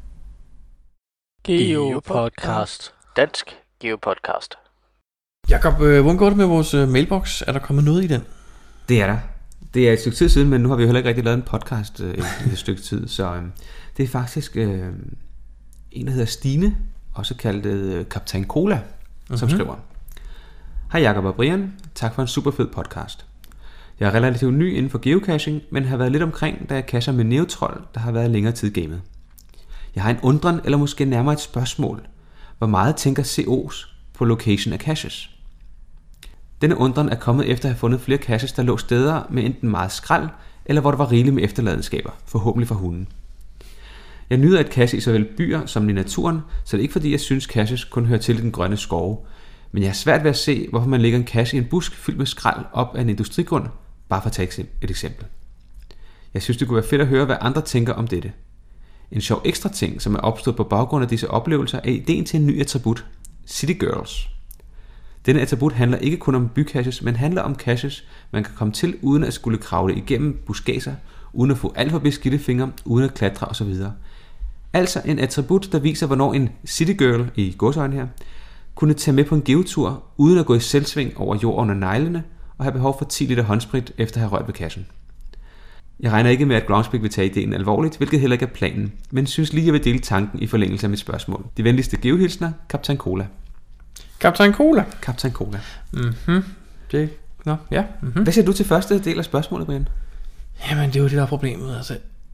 GeoPodcast. Dansk GeoPodcast. Jakob, øh, hvordan går det med vores øh, mailbox? Er der kommet noget i den? Det er der. Det er et stykke tid siden, men nu har vi jo heller ikke rigtig lavet en podcast øh, i et stykke tid. Så øh, det er faktisk øh, en, der hedder Stine, også kaldt øh, Kaptajn Cola, mm-hmm. som skriver: Hej Jakob og Brian, tak for en super fed podcast. Jeg er relativt ny inden for geocaching, men har været lidt omkring, da jeg cacher med Neotroll, der har været længere tid i gamet. Jeg har en undren, eller måske nærmere et spørgsmål. Hvor meget tænker C O's på location af caches? Denne undren er kommet efter at have fundet flere caches, der lå steder med enten meget skrald, eller hvor der var rigeligt med efterladenskaber, forhåbentlig for hunden. Jeg nyder et cache i såvel byer som i naturen, så det er ikke fordi jeg synes caches kun hører til den grønne skove. Men jeg har svært ved at se, hvorfor man lægger en cache i en busk fyldt med skrald op af en industrigrund, bare for at tage et eksempel. Jeg synes det kunne være fedt at høre, hvad andre tænker om dette. En sjov ekstra ting, som er opstået på baggrund af disse oplevelser, er ideen til en ny attribut, City Girls. Denne attribut handler ikke kun om bycaches, men handler om caches, man kan komme til uden at skulle kravle igennem buskager, uden at få alt for beskidte fingre, uden at klatre osv. Altså en attribut, der viser, hvornår en City Girl, i gåseøjne her, kunne tage med på en geotur, uden at gå i selvsving over jord under neglene, og have behov for ti liter håndsprit efter at have rørt ved cachen. Jeg regner ikke med, at Groundspeak vil tage ideen alvorligt, hvilket heller ikke er planen, men synes lige, jeg vil dele tanken i forlængelse af mit spørgsmål. De venligste geohilsner, Kaptajn Cola. Kaptajn Cola? Kaptajn Cola. Mhm. Det, nå, ja. Mm-hmm. Hvad siger du til første del af spørgsmålet, Brian? Jamen, det er jo det, der er problemet, altså.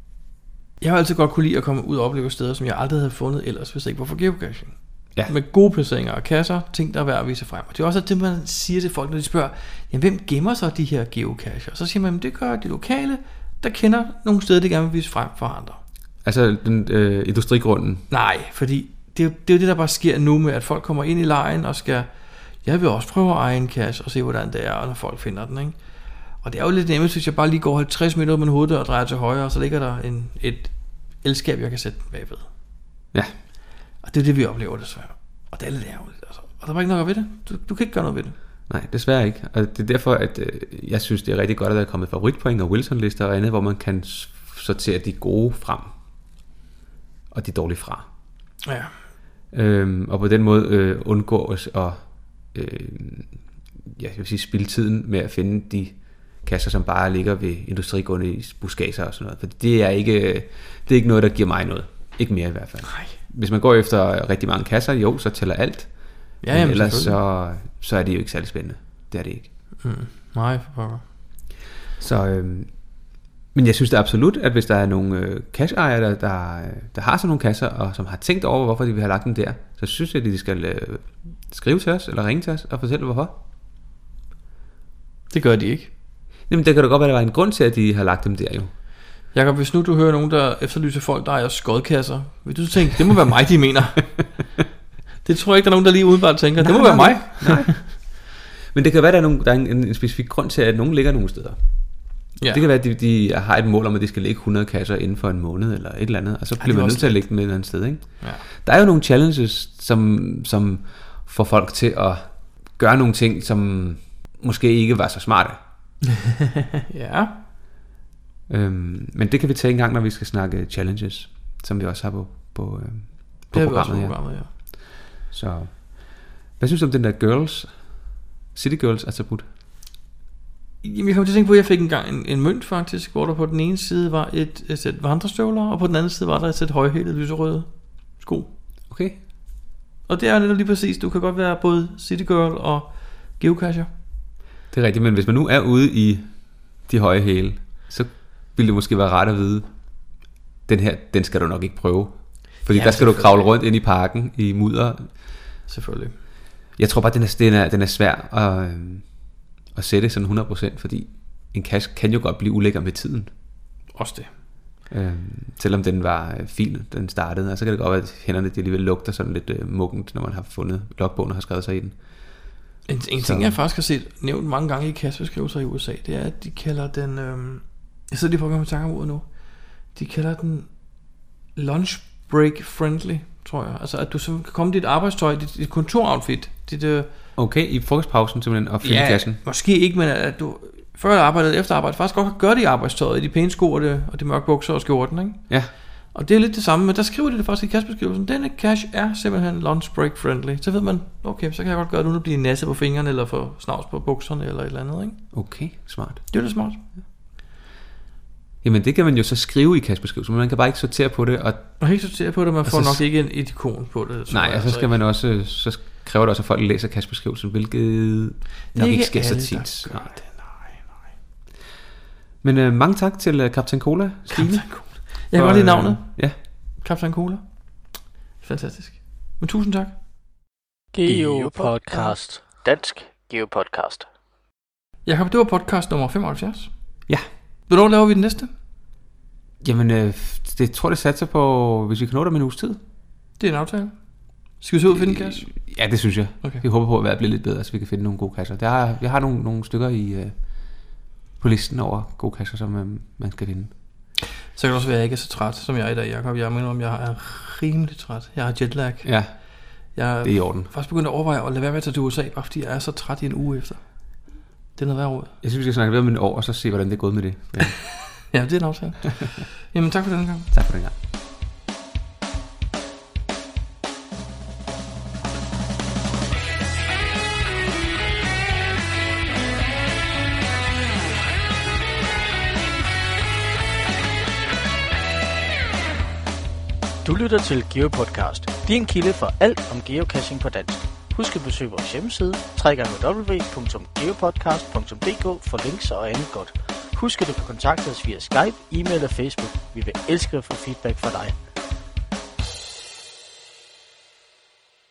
Jeg har altid godt kunne lide at komme ud og opleve steder, som jeg aldrig havde fundet ellers, hvis det ikke var for geocaching. Ja. Med gode placeringer og kasser, ting der er værd at vise frem. Og det er også det, man siger til folk, når de spørger, jamen, hvem gemmer så de her geocacher? Og så siger man, jamen, det gør de lokale, der kender nogle steder, de gerne vil vise frem for andre. Altså den øh, industrigrunden? Nej, fordi det er, det er jo det, der bare sker nu med, at folk kommer ind i lejen og skal, jeg vil også prøve at eje en cache og se, hvordan det er, når folk finder den, ikke? Og det er jo lidt nemt, hvis jeg bare lige går halvtreds meter ud med en hoveddør og drejer til højre, og så ligger der en, et elskab, jeg kan sætte bagved. Ja. Og det er det, vi oplever desværre. Og det er lidt ærgerligt, altså. Og der var ikke noget ved det. Du, du kan ikke gøre noget ved det. Nej, desværre ikke. Og det er derfor, at øh, jeg synes, det er rigtig godt, at der er kommet favoritpoint og Wilson-lister og andet, hvor man kan sortere de gode frem, og de dårlige fra. Ja. Øhm, og på den måde øh, undgå os at øh, ja, jeg vil sige, spilde tiden med at finde de kasser, som bare ligger ved industrigrunde i buskager og sådan noget. For det er ikke, det er ikke noget, der giver mig noget. Ikke mere i hvert fald. Nej. Hvis man går efter rigtig mange kasser, jo, så tæller alt. Ja, jamen, ellers så, så er det jo ikke særlig spændende. Det er det ikke. Mm. Nej, for pokker. Så, øhm, men jeg synes da absolut, at hvis der er nogle øh, cash-ejere, der, der, der har sådan nogle kasser, og som har tænkt over, hvorfor de vil have lagt dem der, så synes jeg, at de skal øh, skrive til os, eller ringe til os, og fortælle hvorfor. Det gør de ikke. Jamen, det kan da godt være, at der var en grund til, at de har lagt dem der jo. Jakob, hvis nu du hører nogen, der efterlyser folk, der ejer skodkasser, vil du tænke, det må være mig, de mener. Det tror jeg ikke, der er nogen, der lige udenbart tænker, nej, det må nej, være mig. Nej. Men det kan være, der er, nogen, der er en, en specifik grund til, at nogen ligger nogle steder. Ja. Det kan være, at de, de har et mål om, at de skal lægge hundrede kasser inden for en måned, eller et eller andet, og så bliver ja, man nødt til at lægge dem et eller andet sted. Ikke? Ja. Der er jo nogle challenges, som, som får folk til at gøre nogle ting, som måske ikke var så smarte. Ja. Øhm, men det kan vi tage en gang, når vi skal snakke challenges, som vi også har på, på, øh, på det programmet, her. programmet ja. Så hvad synes du om den der Girls, City Girls attribut? Jamen, jeg kommer til at tænke på, at jeg fik engang en, en mønt faktisk, hvor der på den ene side var et, et sæt vandrestøvler, og på den anden side var der et sæt højhælede lyserøde sko. Okay. Og det er jo netop lige præcis, du kan godt være både City Girl og geocacher. Det er rigtigt, men hvis man nu er ude i de høje hæle, så ville det måske være rart at vide, den her, den skal du nok ikke prøve. Fordi ja, der skal du kravle rundt ind i parken i mudder. Selvfølgelig. Jeg tror bare, den er, den er, den er svær at, at sætte sådan hundrede procent, fordi en cache kan jo godt blive ulækker med tiden. Også det. Øhm, selvom den var fin, den startede, og så kan det godt være, at hænderne de alligevel lugter sådan lidt øh, muggent, når man har fundet logbogen og har skrevet sig i den. En, en ting, jeg faktisk har set nævnt mange gange i cache-beskrivelser i U S A, det er, at de kalder den, øhm, jeg sidder lige på at komme tanke om ordet nu, de kalder den lunch break friendly, tror jeg. Altså, at du så kan komme dit arbejdstøj, dit, dit kontoroutfit, dit... Øh, okay, i frokostpausen simpelthen, og finde ja, kassen. Måske ikke, men at du før arbejdet efter arbejde faktisk godt kan gøre det i arbejdstøjet, i de pæne sko og de, og de mørke bukser og skjorten, ikke? Ja. Og det er lidt det samme, men der skriver de det faktisk i cache-beskrivelsen. Denne cache er simpelthen lunch break friendly. Så ved man, okay, så kan jeg godt gøre det, uden at blive nasse på fingrene, eller få snavs på bukserne, eller et eller andet, ikke? Okay, smart. Det er lidt smart. Ja. Jamen det kan man jo så skrive i cache-beskrivelsen, men man kan bare ikke sortere på det. Og, og ikke sortere på det, man får nok ikke et ikon på det. Nej, og så skal man også, så kræver det også, at folk læser cache-beskrivelsen, hvilket nok ikke sker så tit. Nej. Det, nej, nej. Men øh, mange tak til uh, Kaptajn Cola, Stine. Kaptajn Cola. Jeg kan godt lide navnet. Ja. Kaptajn Cola. Fantastisk. Men tusind tak. Geopodcast. Dansk Geopodcast. Jakob, det var podcast nummer femoghalvfjerds. Ja. Hvornår laver vi den næste? Jamen, øh, det tror det satser på, hvis vi kan nå det om en uges tid. Det er en aftale. Skal vi så ud og finde en kasse? Ja, det synes jeg. Okay. Vi håber på, at vejret bliver lidt bedre, så vi kan finde nogle gode kasser. Der er, jeg har nogle, nogle stykker i, øh, på listen over gode kasser, som øh, man skal finde. Så kan det også være, at jeg ikke er så træt, som jeg er i dag, Jacob. Jeg mener, om jeg er rimelig træt. Jeg har jetlag. Ja, jeg det er i orden. Jeg er faktisk begyndt at overveje at lade være med at tage til U S A, bare fordi jeg er så træt i en uge efter. Det er noget værd råd. Jeg synes, vi skal snakke lidt om en år, og så se, hvordan det er gået med det. Ja, ja det er en aftale. Jamen, tak for den gang. Tak for den gang. Du lytter til GeoPodcast, din kilde for alt om geocaching på dansk. Husk at besøge vores hjemmeside, w w w punktum geopodcast punktum d k for links og andet godt. Husk at du kan kontakte os via Skype, e-mail og Facebook. Vi vil elske at få feedback fra dig.